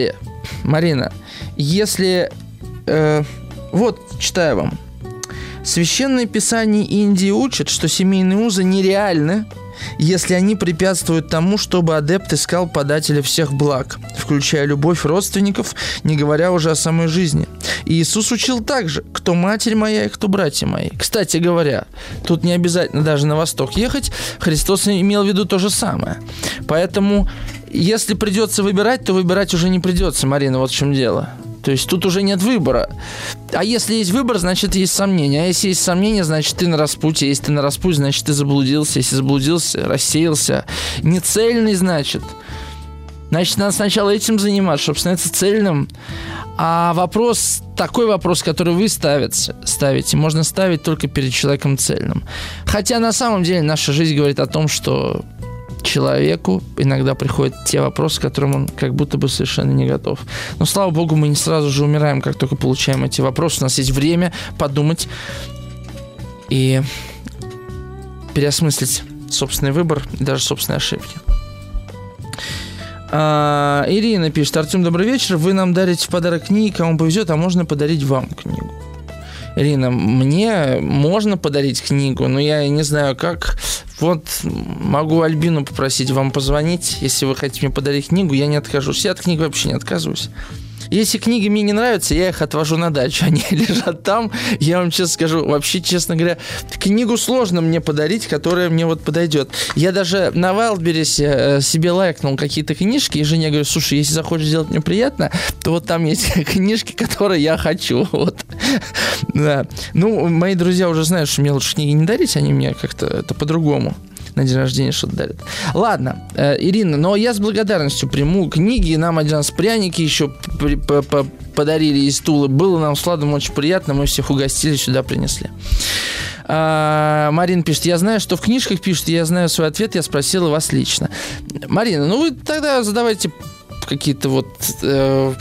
Марина, если... Э, вот, читаю вам. Священное Писание Индии учат, что семейные узы нереальны, если они препятствуют тому, чтобы адепт искал подателя всех благ, включая любовь родственников, не говоря уже о самой жизни. И Иисус учил также: кто матерь моя и кто братья мои. Кстати говоря, тут не обязательно даже на восток ехать, Христос имел в виду то же самое. Поэтому, если придется выбирать, то выбирать уже не придется, Марина, вот в чем дело. То есть тут уже нет выбора. А если есть выбор, значит есть сомнения. А если есть сомнения, значит ты на распутье. Если ты на распутье, значит ты заблудился. Если заблудился, рассеялся. Нецельный, значит. Значит, надо сначала этим заниматься, чтобы становиться цельным. А вопрос, такой вопрос, который вы ставите, ставите, можно ставить только перед человеком цельным. Хотя на самом деле наша жизнь говорит о том, что человеку иногда приходят те вопросы, к которым он как будто бы совершенно не готов. Но, слава богу, мы не сразу же умираем, как только получаем эти вопросы. У нас есть время подумать и переосмыслить собственный выбор и даже собственные ошибки. А, Ирина пишет: Артем, добрый вечер. Вы нам дарите в подарок книги, кому повезет, а можно подарить вам книгу. Ирина, мне можно подарить книгу, но я не знаю как. Вот могу Альбину попросить вам позвонить. Если вы хотите мне подарить книгу, я не откажусь. Я от книг вообще не отказываюсь. Если книги мне не нравятся, я их отвожу на дачу. Они лежат там. Я вам честно скажу, вообще, честно говоря, книгу сложно мне подарить, которая мне вот подойдет. Я даже на Wildberries себе лайкнул какие-то книжки, и жене говорю: слушай, если захочешь сделать мне приятно, то вот там есть книжки, которые я хочу. Вот. Да. Ну, мои друзья уже знают, что мне лучше книги не дарить, они мне как-то это по-другому на день рождения что-то дарят. Ладно, э, Ирина, но я с благодарностью приму книги. Нам один раз пряники еще при, по, по, подарили из Тулы. Было нам с Владом очень приятно. Мы всех угостили, сюда принесли. А, Марина пишет: я знаю, что в книжках пишут, я знаю свой ответ, я спросила вас лично. Марина, ну вы тогда задавайте какие-то вот... Э,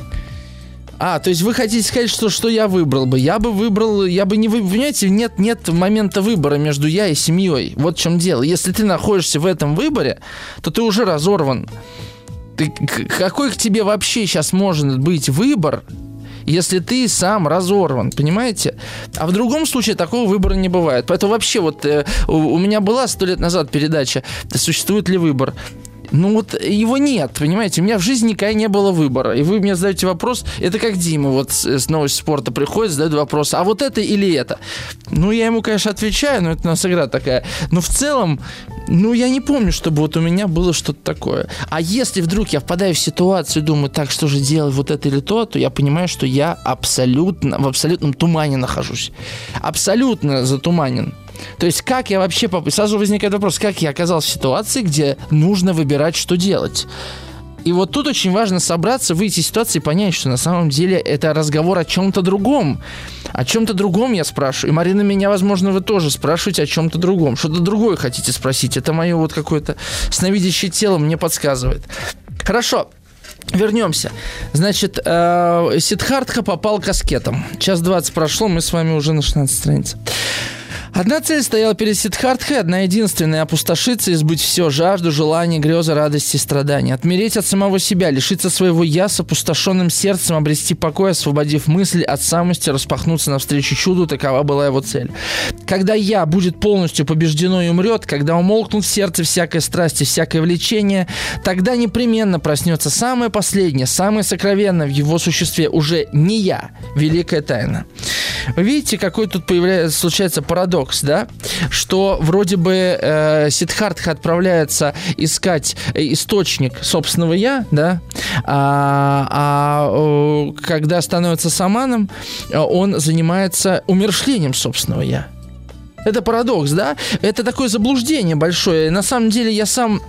А, то есть вы хотите сказать, что, что я выбрал бы? Я бы выбрал, я бы не выбрал, понимаете, нет, нет момента выбора между я и семьей. Вот в чем дело. Если ты находишься в этом выборе, то ты уже разорван. Ты, какой к тебе вообще сейчас может быть выбор, если ты сам разорван, понимаете? А в другом случае такого выбора не бывает. Поэтому вообще вот э, у, у меня была сто лет назад передача «Существует ли выбор?». Ну вот его нет, понимаете, у меня в жизни никогда не было выбора. И вы мне задаете вопрос, это как Дима вот с, с новости спорта приходит, задает вопрос: а вот это или это? Ну я ему, конечно, отвечаю, но это у нас игра такая. Но в целом, ну я не помню, чтобы вот у меня было что-то такое. А если вдруг я впадаю в ситуацию и думаю: так, что же делать, вот это или то, то я понимаю, что я абсолютно, в абсолютном тумане нахожусь. Абсолютно затуманен. То есть, как я вообще... Сразу возникает вопрос, как я оказался в ситуации, где нужно выбирать, что делать. И вот тут очень важно собраться, выйти из ситуации и понять, что на самом деле это разговор о чем-то другом. О чем-то другом я спрашиваю. И, Марина, меня, возможно, вы тоже спрашиваете о чем-то другом. Что-то другое хотите спросить. Это мое вот какое-то сновидящее тело мне подсказывает. Хорошо. Вернемся. Значит, э, Сиддхартха попал к аскетам. Час двадцать прошло, мы с вами уже на шестнадцатой странице. Одна цель стояла перед Сиддхартхой, одна единственная: опустошиться, избыть все: жажду, желание, грезы, радости и страдания. Отмереть от самого себя, лишиться своего «я», с опустошенным сердцем обрести покой, освободив мысль от самости, распахнуться навстречу чуду. Такова была его цель. Когда «я» будет полностью побеждено и умрет, когда умолкнут в сердце всякая страсть и всякое влечение, тогда непременно проснется самое последнее, самое сокровенное в его существе, уже не «я», великая тайна. Вы видите, какой тут появляется, случается парадокс, да? Что вроде бы э, Сиддхартха отправляется искать источник собственного «я», да? А, а э, когда становится саманом, он занимается умерщвлением собственного «я». Это парадокс, да? Это такое заблуждение большое. На самом деле я сам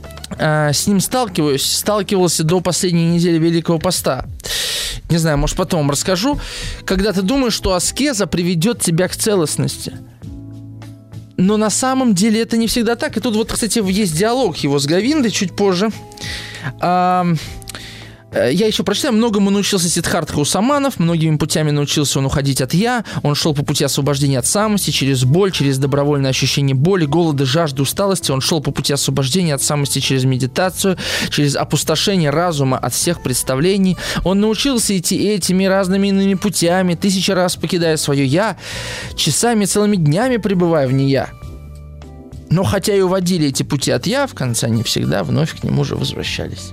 э, с ним сталкиваюсь, сталкивался до последней недели Великого Поста. Не знаю, может, потом вам расскажу. Когда ты думаешь, что аскеза приведет тебя к целостности. Но на самом деле это не всегда так. И тут вот, кстати, есть диалог его с Говиндой чуть позже. А, Я еще прочитаю, многому научился Сиддхартха у саманов, многими путями научился он уходить от «я», он шел по пути освобождения от самости, через боль, через добровольное ощущение боли, голода, жажды, усталости, он шел по пути освобождения от самости через медитацию, через опустошение разума от всех представлений, он научился идти этими разными иными путями, тысячи раз покидая свое «я», часами, целыми днями пребывая в «не я». Но хотя и уводили эти пути от «я», в конце они всегда вновь к нему же возвращались.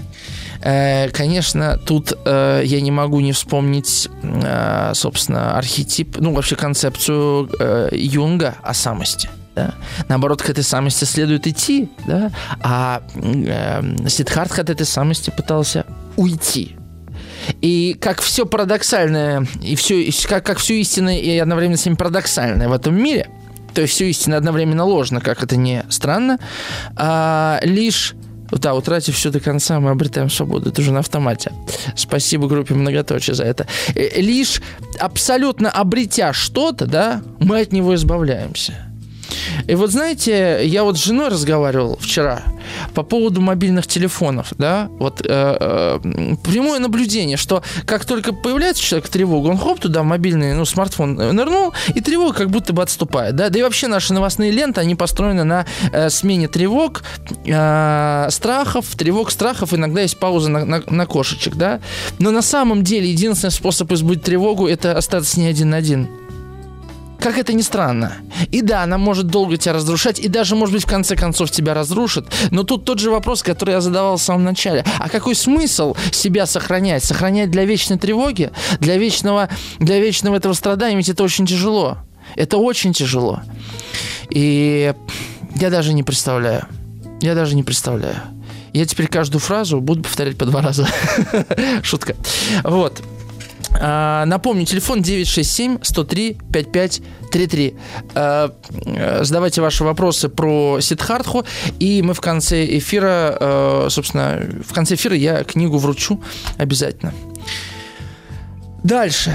Конечно, тут э, я не могу не вспомнить, э, собственно, архетип, ну, вообще концепцию э, Юнга о самости. Да? Наоборот, к этой самости следует идти, да? А э, Сиддхартха от этой самости пытался уйти. И как все парадоксальное, и все, как, как все истинное и одновременно с ним парадоксальное в этом мире, то есть все истинно одновременно ложно, как это не странно, а лишь... Да, утратив все до конца, мы обретаем свободу. Это уже на автомате. Спасибо группе «Многоточие» за это. Лишь абсолютно обретя что-то, да, мы от него избавляемся. И вот знаете, я вот с женой разговаривал вчера по поводу мобильных телефонов, да, вот э, э, прямое наблюдение, что как только появляется человек тревога, он хоп туда в мобильный, ну, смартфон нырнул, и тревога как будто бы отступает, да, да и вообще наши новостные ленты, они построены на э, смене тревог, э, страхов, тревог, страхов, иногда есть пауза на, на, на кошечек, да, но на самом деле единственный способ избыть тревогу – это остаться с ней один на один. Как это ни странно. И да, она может долго тебя разрушать, и даже, может быть, в конце концов тебя разрушит. Но тут тот же вопрос, который я задавал в самом начале. А какой смысл себя сохранять? Сохранять для вечной тревоги? Для вечного, для вечного этого страдания? Ведь это очень тяжело. Это очень тяжело. И я даже не представляю. Я даже не представляю. Я теперь каждую фразу буду повторять по два раза. Шутка. Вот. Напомню, телефон девять шесть семь сто три пятьдесят пять тридцать три. Задавайте ваши вопросы про Сиддхартху, и мы в конце эфира, собственно, в конце эфира я книгу вручу обязательно. Дальше.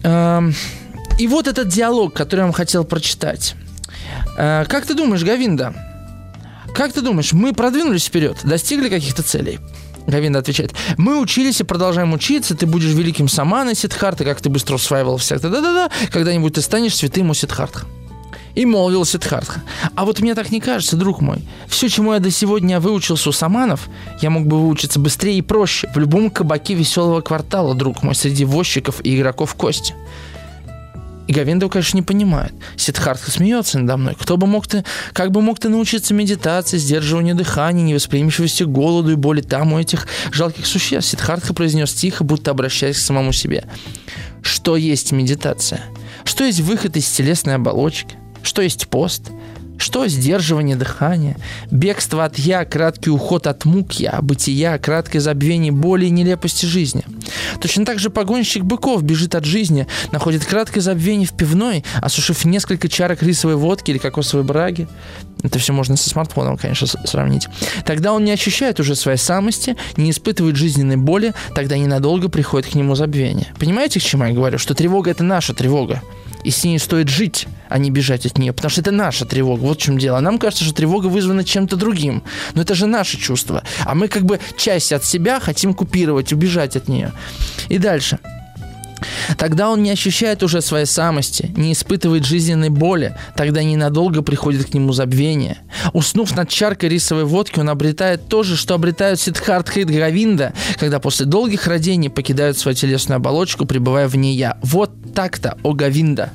И вот этот диалог, который я вам хотел прочитать. Как ты думаешь, Говинда, как ты думаешь, мы продвинулись вперед, достигли каких-то целей? Говинда отвечает: мы учились и продолжаем учиться, ты будешь великим саманой Сиддхарты, как ты быстро усваивал всяк, да-да-да, когда-нибудь ты станешь святым у Сиддхартха. И молвил Сиддхартха: а вот мне так не кажется, друг мой. Все, чему я до сегодня выучился у саманов, я мог бы выучиться быстрее и проще в любом кабаке веселого квартала, друг мой, среди возчиков и игроков кости. И Говинда, конечно, не понимает. Сиддхартха смеется надо мной. Кто бы мог ты, как бы мог ты научиться медитации, сдерживанию дыхания, невосприимчивости к голоду и боли там у этих жалких существ? Сиддхартха произнес тихо, будто обращаясь к самому себе: что есть медитация? Что есть выход из телесной оболочки? Что есть пост? Что сдерживание дыхания? Бегство от «я», краткий уход от мук «я», бытия, краткое забвение боли и нелепости жизни. Точно так же погонщик быков бежит от жизни, находит краткое забвение в пивной, осушив несколько чарок рисовой водки или кокосовой браги. Это все можно со смартфоном, конечно, сравнить. Тогда он не ощущает уже своей самости, не испытывает жизненной боли, тогда ненадолго приходит к нему забвение. Понимаете, к чему я говорю? Что тревога – это наша тревога. И с ней стоит жить, а не бежать от нее, потому что это наша тревога, вот в чем дело. Нам кажется, что тревога вызвана чем-то другим, но это же наше чувство, а мы как бы часть от себя хотим купировать, убежать от нее. И дальше. Тогда он не ощущает уже своей самости, не испытывает жизненной боли, тогда ненадолго приходит к нему забвение. Уснув над чаркой рисовой водки, он обретает то же, что обретают Сиддхартха и Говинда, когда после долгих родений покидают свою телесную оболочку, пребывая в ней «я». Вот так-то, о Говинда.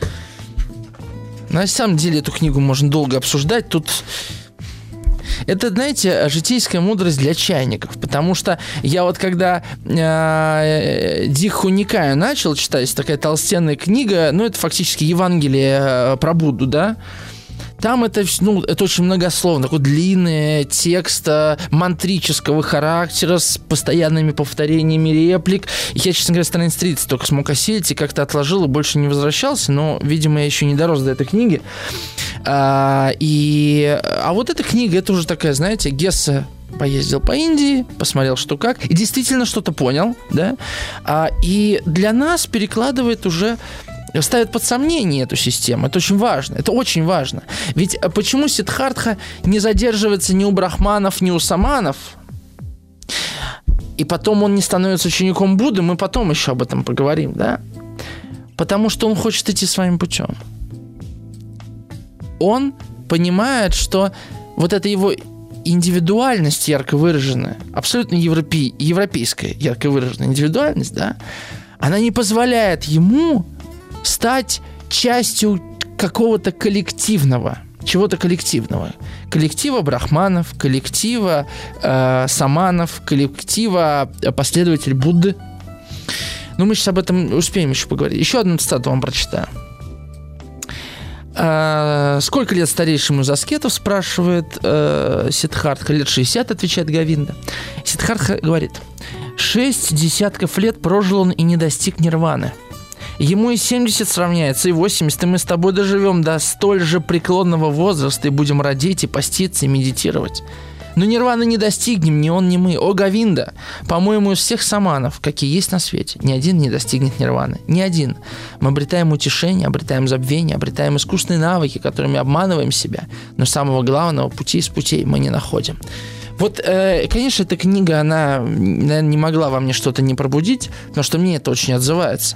На самом деле эту книгу можно долго обсуждать, тут... Это, знаете, житейская мудрость для чайников, потому что я вот когда э, Дихху Никая начал читать, такая толстенная книга, ну, это фактически Евангелие э, про Будду, да, там это, ну, это очень многословно, такой длинный текст мантрического характера с постоянными повторениями реплик. Я, честно говоря, страниц тридцать только смог осилить и как-то отложил и больше не возвращался, но, видимо, я еще не дорос до этой книги. А, и, а вот эта книга, это уже такая, знаете, Гессе поездил по Индии, посмотрел, что как, и действительно что-то понял, да, а, и для нас перекладывает уже... ставит под сомнение эту систему. Это очень важно. Это очень важно. Ведь почему Сиддхартха не задерживается ни у брахманов, ни у саманов? и потом он не становится учеником Будды, мы потом еще об этом поговорим, да? Потому что он хочет идти своим путем. Он понимает, что вот эта его индивидуальность ярко выраженная, абсолютно европе... европейская ярко выраженная индивидуальность, да, она не позволяет ему стать частью какого-то коллективного, чего-то коллективного. Коллектива брахманов, коллектива э, саманов, коллектива последователей Будды. Ну, мы сейчас об этом успеем еще поговорить. Еще одну цитату вам прочитаю. Э, «Сколько лет старейшему из аскетов?» спрашивает э, Сиддхартха. «Лет шестьдесят», отвечает Говинда. Сиддхартха говорит: «Шесть десятков лет прожил он и не достиг нирваны. Ему и семьдесят сравняется, и восемьдесят, и мы с тобой доживем до столь же преклонного возраста и будем родить, и поститься, и медитировать. Но нирваны не достигнем ни он, ни мы. О, Говинда, по-моему, из всех саманов, какие есть на свете, ни один не достигнет нирваны. Ни один. Мы обретаем утешение, обретаем забвение, обретаем искусственные навыки, которыми обманываем себя, но самого главного пути из путей мы не находим». Вот, э, конечно, эта книга, она, наверное, не могла во мне что-то не пробудить, потому что мне это очень отзывается.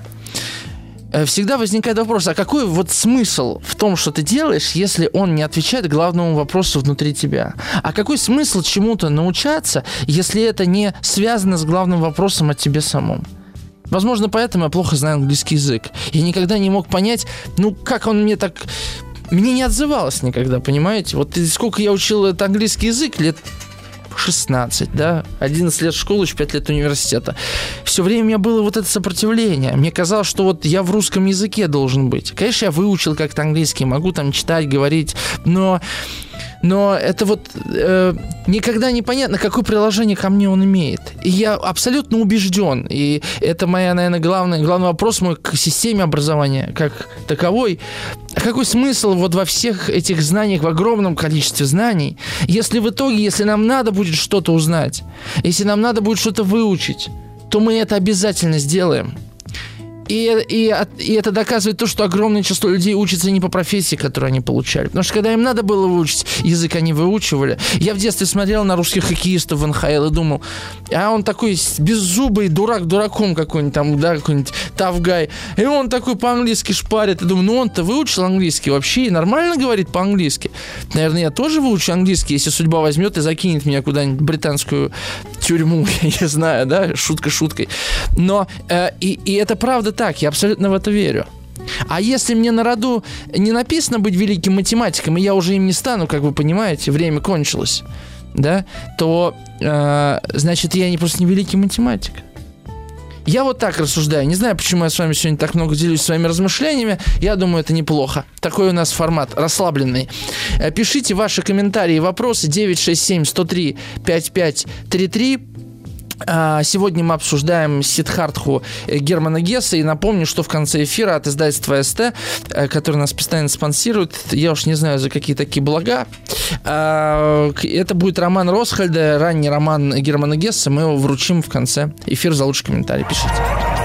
Всегда возникает вопрос, а какой вот смысл в том, что ты делаешь, если он не отвечает главному вопросу внутри тебя? А какой смысл чему-то научаться, если это не связано с главным вопросом о тебе самом? Возможно, поэтому я плохо знаю английский язык. Я никогда не мог понять, ну, как он мне так... Мне не отзывалось никогда, понимаете? Вот сколько я учил этот английский язык, лет... шестнадцать, да, одиннадцать лет школы, еще пять лет университета. Все время у меня было вот это сопротивление. Мне казалось, что вот я в русском языке должен быть. Конечно, я выучил как-то английский, могу там читать, говорить, но... Но это вот э, никогда не понятно, какое приложение ко мне он имеет. И я абсолютно убежден, и это моя, наверное, главный, главный вопрос мой к системе образования как таковой. А какой смысл вот во всех этих знаниях, в огромном количестве знаний, если в итоге, если нам надо будет что-то узнать, если нам надо будет что-то выучить, то мы это обязательно сделаем. И, и, и это доказывает то, что огромное число людей учатся не по профессии, которую они получали. Потому что когда им надо было выучить язык, они выучивали. Я в детстве смотрел на русских хоккеистов в эн ха эл и думал, а он такой беззубый дурак, дураком какой-нибудь там, да, какой-нибудь тавгай. И он такой по-английски шпарит. И думаю, ну он-то выучил английский вообще и нормально говорит по-английски. Наверное, я тоже выучу английский, если судьба возьмет и закинет меня куда-нибудь в британскую тюрьму, я не знаю, да, шутка шуткой. Но э, и, и это правда так, я абсолютно в это верю. А если мне на роду не написано быть великим математиком, и я уже им не стану, как вы понимаете, время кончилось, да, то, э, значит, я не просто не великий математик. Я вот так рассуждаю. Не знаю, почему я с вами сегодня так много делюсь своими размышлениями. Я думаю, это неплохо. Такой у нас формат расслабленный. Пишите ваши комментарии и вопросы девять шесть семь сто три пять пять три три. Сегодня мы обсуждаем Сиддхартху Германа Гесса. И напомню, что в конце эфира от издательства эс тэ, который нас постоянно спонсирует, я уж не знаю, за какие такие блага, это будет роман Росхальда, ранний роман Германа Гесса. Мы его вручим в конце эфира за лучший комментарий. Пишите.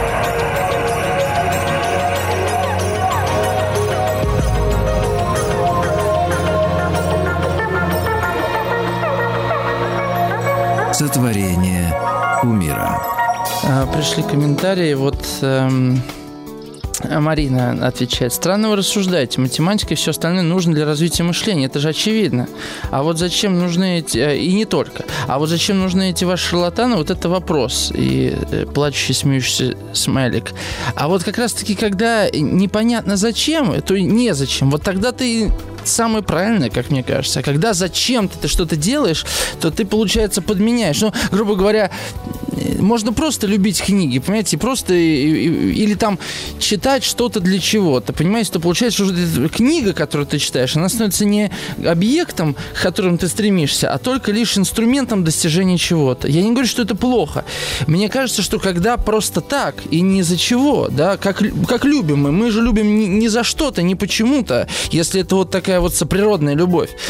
Сотворение умира. Пришли комментарии. Вот эм, Марина отвечает. Странно вы рассуждаете. Математика и все остальное нужно для развития мышления. Это же очевидно. А вот зачем нужны эти... И не только. А вот зачем нужны эти ваши шарлатаны? Вот это вопрос. И э, плачущий, смеющийся смайлик. А вот как раз-таки, когда непонятно зачем, то незачем. Вот тогда ты... самое правильное, как мне кажется. А когда зачем-то ты что-то делаешь, то ты, получается, подменяешь. Ну, грубо говоря, можно просто любить книги, понимаете, просто или там читать что-то для чего-то, понимаете, то получается, что книга, которую ты читаешь, она становится не объектом, к которому ты стремишься, а только лишь инструментом достижения чего-то. Я не говорю, что это плохо. Мне кажется, что когда просто так и ни за чего, да, как, как любим мы, мы же любим не, не за что-то, не почему-то, если это вот такая вот соприродная любовь.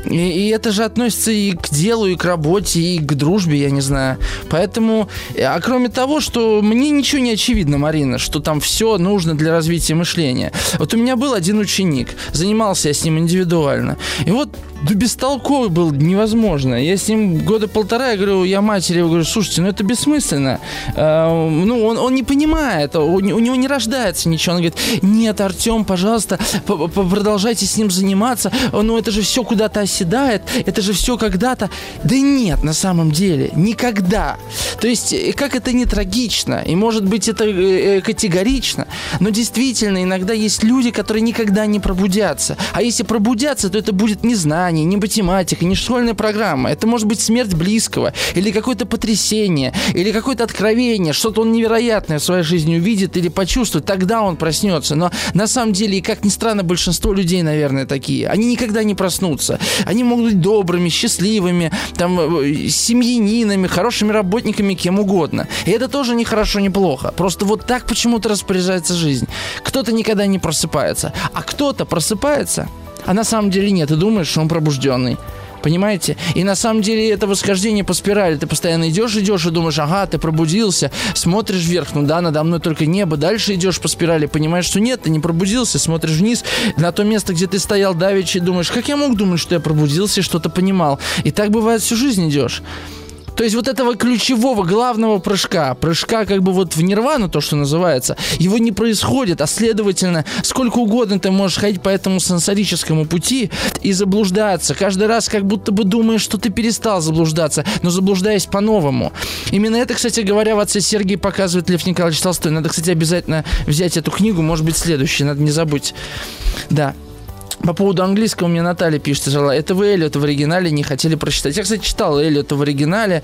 И, и это же относится и к делу, и к работе, и к дружбе, я не знаю. Поэтому, а кроме того, что мне ничего не очевидно, Марина, что там все нужно для развития мышления. Вот у меня был один ученик, занимался я с ним индивидуально. И вот да бестолковый был невозможно. Я с ним года полтора, я говорю, я матери говорю, слушайте, ну это бессмысленно. А, ну, он, он не понимает, у, у него не рождается ничего. Он говорит, нет, Артем, пожалуйста, продолжайте с ним заниматься. Ну, это же все куда-то оседает, это же все когда-то. Да нет, на самом деле, никогда. То есть, как это не трагично, и может быть это категорично, но действительно иногда есть люди, которые никогда не пробудятся. А если пробудятся, то это будет не знание, не математика, не школьная программа. Это может быть смерть близкого, или какое-то потрясение, или какое-то откровение, что-то он невероятное в своей жизни увидит или почувствует, тогда он проснется. Но на самом деле, и как ни странно, большинство людей, наверное, такие. Они никогда не проснутся. Они могут быть добрыми, счастливыми, там, семьянинами, хорошими работниками, кем угодно. И это тоже не хорошо, не плохо. Просто вот так почему-то распоряжается жизнь. Кто-то никогда не просыпается, а кто-то просыпается, а на самом деле нет, ты думаешь, что он пробужденный. Понимаете? И на самом деле это восхождение по спирали. Ты постоянно идешь, идешь и думаешь, ага, ты пробудился, смотришь вверх, ну да, надо мной только небо. Дальше идешь по спирали, понимаешь, что нет, ты не пробудился, смотришь вниз на то место, где ты стоял давеча, и думаешь, как я мог думать, что я пробудился и что-то понимал. И так бывает всю жизнь идешь. То есть вот этого ключевого, главного прыжка, прыжка как бы вот в нирвану, то, что называется, его не происходит, а следовательно, сколько угодно ты можешь ходить по этому сенсорическому пути и заблуждаться. Каждый раз как будто бы думаешь, что ты перестал заблуждаться, но заблуждаясь по-новому. Именно это, кстати говоря, в «Отце Сергии» показывает Лев Николаевич Толстой. Надо, кстати, обязательно взять эту книгу, может быть, следующей, надо не забыть. Да. По поводу английского мне Наталья пишет, это вы Эллиота в оригинале не хотели прочитать. Я, кстати, читал Эллиота в оригинале,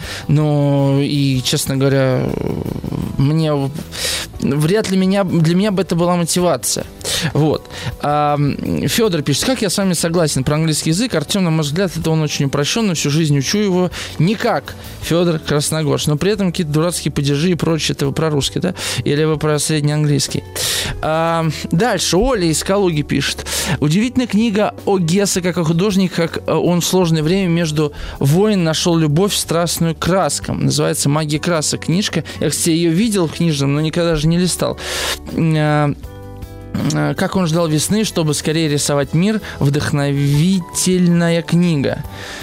но и, честно говоря, мне вряд ли меня, для меня бы это была мотивация. Вот. А, Федор пишет, как я с вами согласен про английский язык. Артем, на мой взгляд, это он очень упрощенный, всю жизнь учу его. Никак, Федор Красногорск. Но при этом какие-то дурацкие падежи и прочее. Это вы про русский, да? Или вы про среднеанглийский? А, дальше. Оля из Калуги пишет. Удивительная книга о Гессе как о художнике, как он в сложное время между войн нашел любовь страстную к краскам. Называется «Магия красок» книжка. Я, кстати, ее видел в книжном, но никогда же не листал. Как он ждал весны, чтобы скорее рисовать мир. Вдохновительная книга.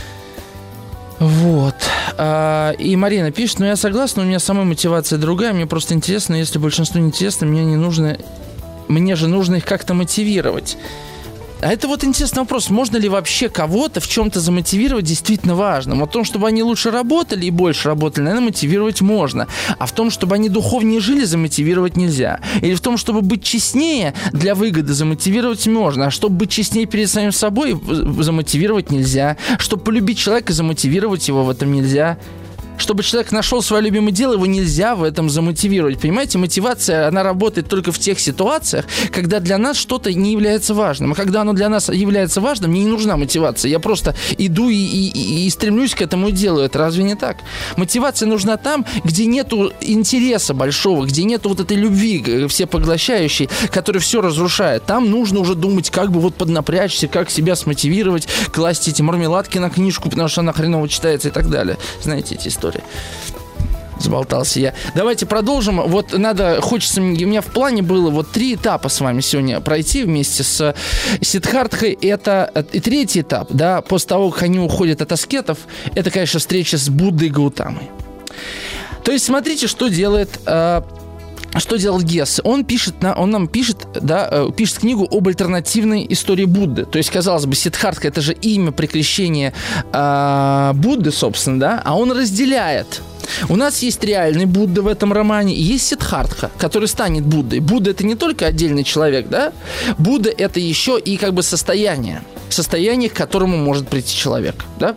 Вот. И Марина пишет, ну я согласна, у меня самой мотивация другая, мне просто интересно, если большинству не интересно, мне не нужно, мне же нужно их как-то мотивировать. А это вот интересный вопрос, можно ли вообще кого-то в чем-то замотивировать действительно важным? О том, чтобы они лучше работали и больше работали, наверное, мотивировать можно. А в том, чтобы они духовнее жили, замотивировать нельзя. Или в том, чтобы быть честнее для выгоды, замотивировать можно. А чтобы быть честнее перед самим собой, замотивировать нельзя. Чтобы полюбить человека, замотивировать его в этом нельзя. Чтобы человек нашел свое любимое дело, его нельзя в этом замотивировать. Понимаете, мотивация, она работает только в тех ситуациях, когда для нас что-то не является важным. А когда оно для нас является важным, мне не нужна мотивация. Я просто иду и, и, и стремлюсь к этому и делаю. Это разве не так? Мотивация нужна там, где нету интереса большого, где нету вот этой любви всепоглощающей, которая все разрушает. Там нужно уже думать, как бы вот поднапрячься, как себя смотивировать, класть эти мармеладки на книжку, потому что она хреново читается и так далее. Знаете эти истории. Заболтался я. Давайте продолжим. Вот надо, хочется, у меня в плане было вот три этапа с вами сегодня пройти вместе с Сиддхартхой. Это и третий этап, да, после того, как они уходят от аскетов, это, конечно, встреча с Буддой Гаутамой. То есть, смотрите, что делает... Э, Что делал Гессе? Он пишет, он нам пишет, да, пишет книгу об альтернативной истории Будды. То есть, казалось бы, Сиддхартха — это же имя прикрещения э, Будды, собственно, да, а он разделяет. У нас есть реальный Будда в этом романе, и есть Сиддхартха, который станет Буддой. Будда — это не только отдельный человек, да? Будда — это еще и как бы состояние. Состояние, к которому может прийти человек, да?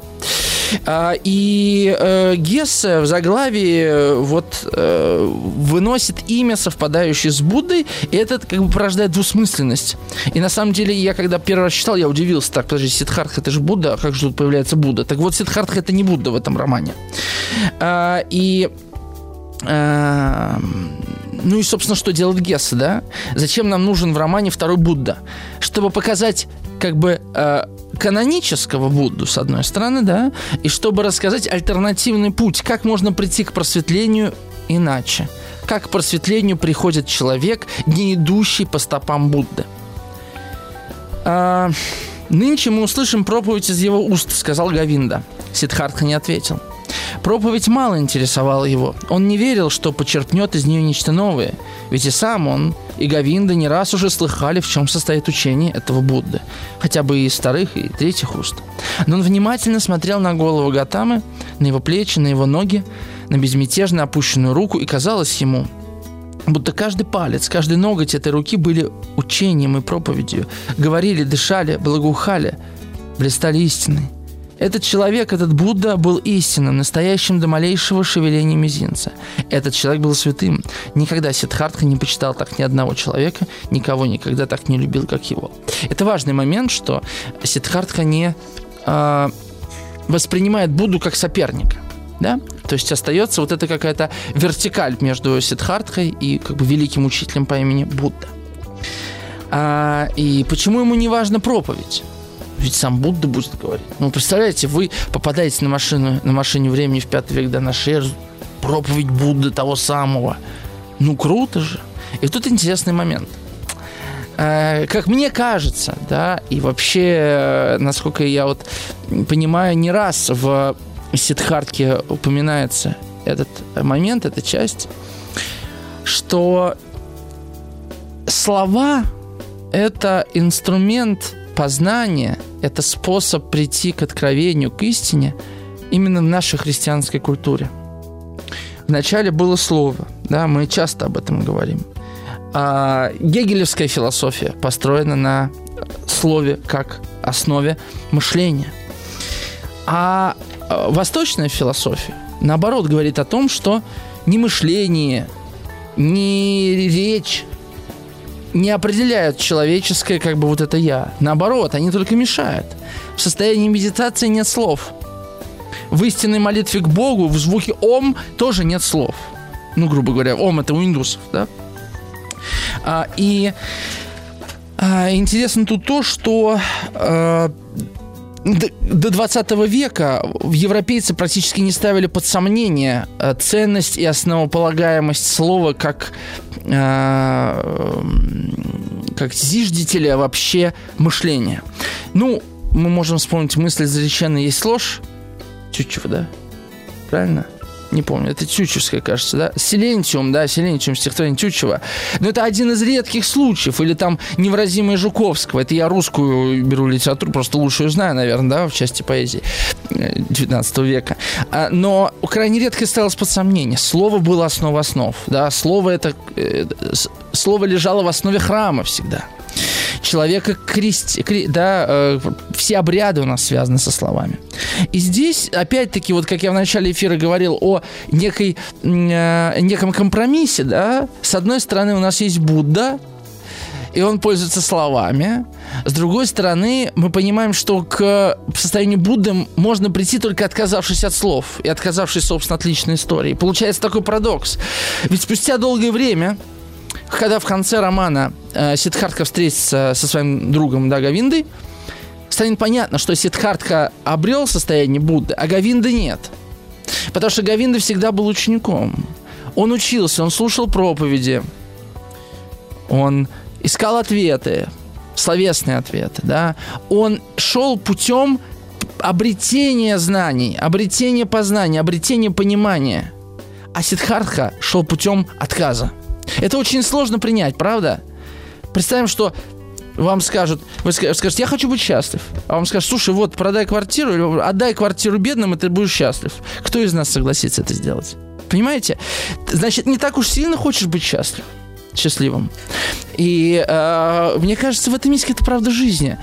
И э, Гессе в заглавии вот э, выносит имя, совпадающее с Буддой, и это как бы порождает двусмысленность. И на самом деле, я когда первый раз читал, я удивился. Так, подожди, Сиддхартха — это же Будда, а как же тут появляется Будда? Так вот, Сиддхартха — это не Будда в этом романе. А, и... А, ну и, собственно, что делает Гессе, да? Зачем нам нужен в романе второй Будда? Чтобы показать, как бы... А, канонического Будду, с одной стороны, да, и чтобы рассказать альтернативный путь, как можно прийти к просветлению иначе. Как к просветлению приходит человек, не идущий по стопам Будды. А, «Нынче мы услышим проповедь из его уст», — сказал Говинда. Сиддхартха не ответил. Проповедь мало интересовала его. Он не верил, что почерпнет из нее нечто новое. Ведь и сам он, и Говинда не раз уже слыхали, в чем состоит учение этого Будды. Хотя бы и из вторых, и третьих уст. Но он внимательно смотрел на голову Готамы, на его плечи, на его ноги, на безмятежно опущенную руку, и казалось ему, будто каждый палец, каждый ноготь этой руки были учением и проповедью. Говорили, дышали, благоухали, блистали истиной. Этот человек, этот Будда был истинным, настоящим до малейшего шевеления мизинца. Этот человек был святым. Никогда Сиддхартха не почитал так ни одного человека, никого никогда так не любил, как его. Это важный момент, что Сиддхартха не э, воспринимает Будду как соперника. Да? То есть остается вот эта какая-то вертикаль между Сиддхартхой и как бы великим учителем по имени Будда. А, и почему ему не важна проповедь? Ведь сам Будда будет говорить. Ну, представляете, вы попадаете на машину, на машине времени в пятый век до нашей эры, проповедь Будды того самого. Ну, круто же. И тут интересный момент. А, как мне кажется, да, и вообще, насколько я вот понимаю, не раз в Сиддхартхе упоминается этот момент, эта часть, что слова – это инструмент познания, это способ прийти к откровению, к истине именно в нашей христианской культуре. Вначале было слово, да, мы часто об этом говорим. А гегелевская философия построена на слове как основе мышления. А восточная философия, наоборот, говорит о том, что ни мышление, ни речь не определяют человеческое, как бы вот это «я». Наоборот, они только мешают. В состоянии медитации нет слов. В истинной молитве к Богу в звуке «Ом» тоже нет слов. Ну, грубо говоря, «Ом» — это у индусов, да? А, и а, интересно тут то, что а, до двадцатого века европейцы практически не ставили под сомнение ценность и основополагаемость слова как, э, как зиждителя вообще мышления. Ну, мы можем вспомнить мысль изреченная «есть ложь». Тютчева, да? Правильно? Не помню, это Тютчевская, кажется, да? Силентиум, да, Силентиум, стихотворение Тютчева. Но это один из редких случаев. Или там «Невыразимое» Жуковского. Это я русскую беру литературу, просто лучшую знаю, наверное, да, в части поэзии девятнадцатого века. Но крайне редко ставилось под сомнение. Слово было основа основ, да? Слово это... Слово лежало в основе храма всегда. Человека крести, да, э, все обряды у нас связаны со словами. И здесь, опять-таки, вот как я в начале эфира говорил о некой, э, неком компромиссе, да, с одной стороны у нас есть Будда, и он пользуется словами. С другой стороны, мы понимаем, что к состоянию Будды можно прийти, только отказавшись от слов и отказавшись, собственно, от личной истории. Получается такой парадокс. Ведь спустя долгое время, когда в конце романа э, Сиддхартха встретится со своим другом, да, Говиндой, станет понятно, что Сиддхартха обрел состояние Будды, а Говинда нет. Потому что Говинда всегда был учеником. Он учился, он слушал проповеди, он искал ответы, словесные ответы, да. Он шел путем обретения знаний, обретения познания, обретения понимания. А Сиддхартха шел путем отказа. Это очень сложно принять, правда? Представим, что вам скажут, вы скажете, я хочу быть счастлив. А вам скажут, слушай, вот, продай квартиру, или отдай квартиру бедным, и ты будешь счастлив. Кто из нас согласится это сделать? Понимаете? Значит, не так уж сильно хочешь быть счастлив, счастливым. И э, мне кажется, в этом есть какая-то правда жизни.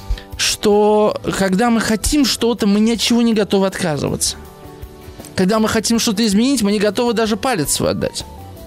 Что когда мы хотим что-то, мы ни от чего не готовы отказываться. Когда мы хотим что-то изменить, мы не готовы даже палец свой отдать.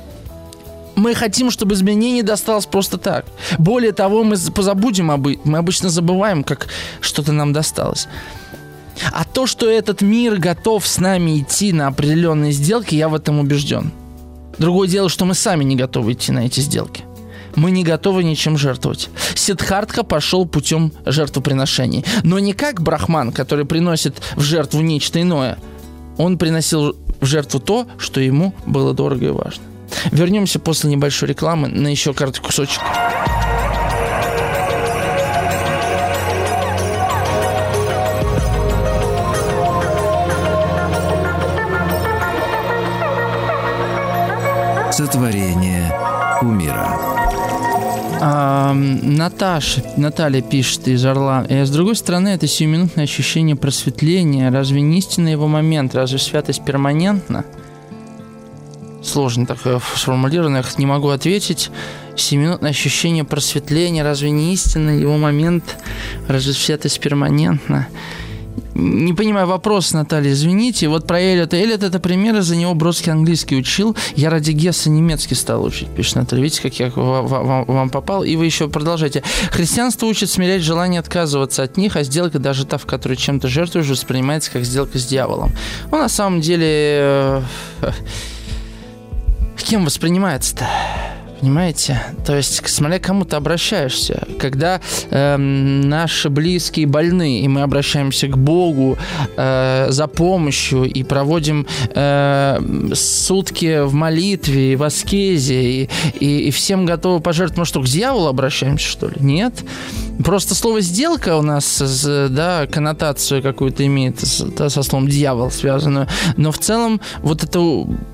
Мы хотим, чтобы изменение досталось просто так. Более того, мы позабудем об... Мы обычно забываем, как что-то нам досталось. А то, что этот мир готов с нами идти на определенные сделки, я в этом убежден. Другое дело, что мы сами не готовы идти на эти сделки. Мы не готовы ничем жертвовать. Сиддхартха пошел путем жертвоприношений. Но не как брахман, который приносит в жертву нечто иное. Он приносил в жертву то, что ему было дорого и важно. Вернемся после небольшой рекламы на еще короткий кусочек. Сотворение кумира. А, Наташа, Наталья пишет из Орла. И с другой стороны, это сиюминутное ощущение просветления. Разве не истинный его момент? Разве святость перманентна? Сложно так сформулировано, я не могу ответить. Сиюминутное ощущение просветления. Разве не истинный его момент? Разве святость перманентна? Не понимаю вопрос, Наталья, извините. Вот про Эллиота. Эллиот — это пример, из-за него Бродский английский учил. Я ради Гесса немецкий стал учить, пишет Наталья. Видите, как я вам, вам, вам попал? И вы еще продолжаете. Христианство учит смирять желание отказываться от них, а сделка, даже та, в которой чем-то жертвуешь, воспринимается как сделка с дьяволом. Ну, на самом деле, кем воспринимается-то? Понимаете? То есть, смотря к кому ты обращаешься. Когда э, наши близкие больны, и мы обращаемся к Богу э, за помощью и проводим э, сутки в молитве и в аскезе, и, и, и всем готовы пожертвовать, мы что, к дьяволу обращаемся, что ли? Нет. Просто слово «сделка» у нас, да, коннотацию какую-то имеет, да, со словом «дьявол» связанную. Но в целом вот это...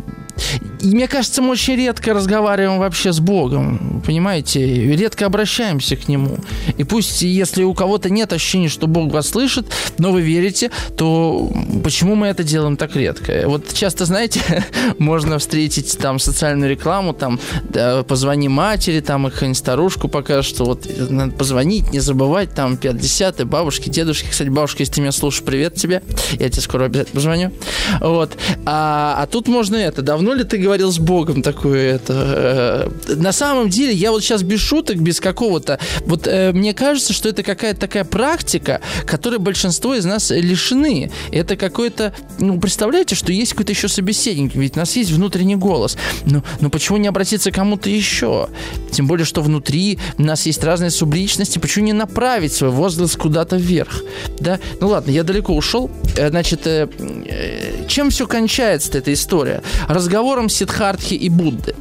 И мне кажется, мы очень редко разговариваем вообще с Богом, понимаете, редко обращаемся к Нему. И пусть, если у кого-то нет ощущения, что Бог вас слышит, но вы верите, то почему мы это делаем так редко? Вот часто, знаете, можно встретить там социальную рекламу, там, да, позвони матери, там, их старушку покажут, что вот надо позвонить, не забывать, там, пятьдесят, бабушки, дедушки. Кстати, бабушка, если ты меня слушаешь, привет тебе, я тебе скоро обязательно позвоню. Вот. А, а тут можно это, давно ли ты говорил с Богом такое это? Э, на самом деле, я вот сейчас без шуток, без какого-то... Вот э, мне кажется, что это какая-то такая практика, которой большинство из нас лишены. Это какой-то... Ну, представляете, что есть какой-то еще собеседник, ведь у нас есть внутренний голос. Ну, ну почему не обратиться к кому-то еще? Тем более, что внутри у нас есть разные субличности. Почему не направить свой возглас куда-то вверх? Да? Ну ладно, я далеко ушел. Значит, э, э, чем все кончается-то эта история? Разговором Сиддхартхи и Будды.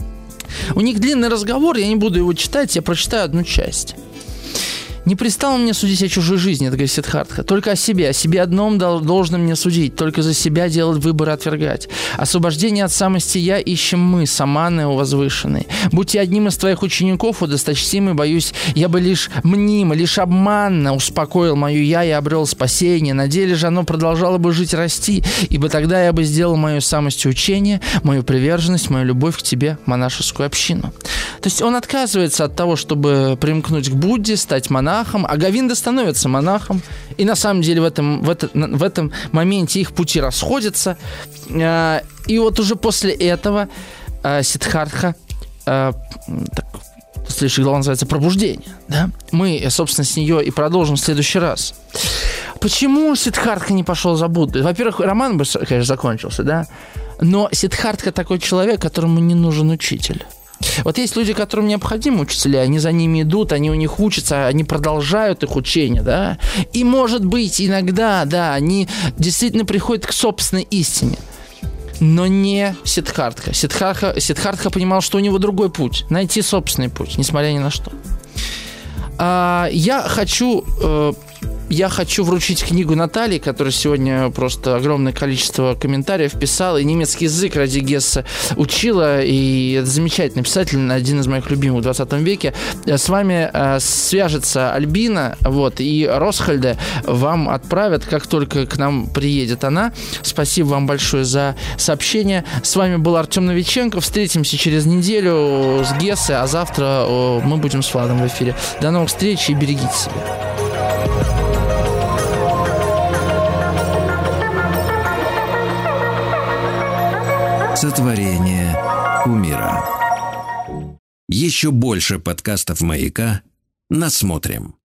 У них длинный разговор, я не буду его читать, я прочитаю одну часть. «Не пристало мне судить о чужой жизни, — это говорит Сиддхартха, — только о себе, о себе одном должно мне судить, только за себя делать выбор и отвергать. Освобождение от самости я ищем мы, саманы о возвышенной. Будь я одним из твоих учеников, о досточтимый, боюсь, я бы лишь мнимо, лишь обманно успокоил мою я и обрел спасение. На деле же оно продолжало бы жить и расти, ибо тогда я бы сделал мою самостью учение, мою приверженность, мою любовь к тебе, монашескую общину». То есть он отказывается от того, чтобы примкнуть к Будде, стать монахом, а Говинда становится монахом. И на самом деле в этом, в, это, в этом моменте их пути расходятся. И вот уже после этого Сиддхартха, так, следующий глава называется «Пробуждение». Да? Мы, собственно, с нее и продолжим в следующий раз. Почему Сиддхартха не пошел за Буддой? Во-первых, роман бы, конечно, закончился, да? Но Сиддхартха такой человек, которому не нужен учитель. Вот есть люди, которым необходимы учителя, они за ними идут, они у них учатся, они продолжают их учение, да, и, может быть, иногда, да, они действительно приходят к собственной истине, но не Сиддхартха. Сиддхартха, Сиддхартха понимал, что у него другой путь, найти собственный путь, несмотря ни на что. А, я хочу... Э, Я хочу вручить книгу Натальи, которая сегодня просто огромное количество комментариев писала, и немецкий язык ради Гесса учила, и это замечательный писатель, один из моих любимых в двадцатом веке. С вами э, свяжется Альбина, вот, и Росхальде вам отправят, как только к нам приедет она. Спасибо вам большое за сообщение. С вами был Артем Новиченко. Встретимся через неделю с Гессой, а завтра э, мы будем с Владом в эфире. До новых встреч и берегите себя. Сотворение кумира. Еще больше подкастов «Маяка» насмотрим.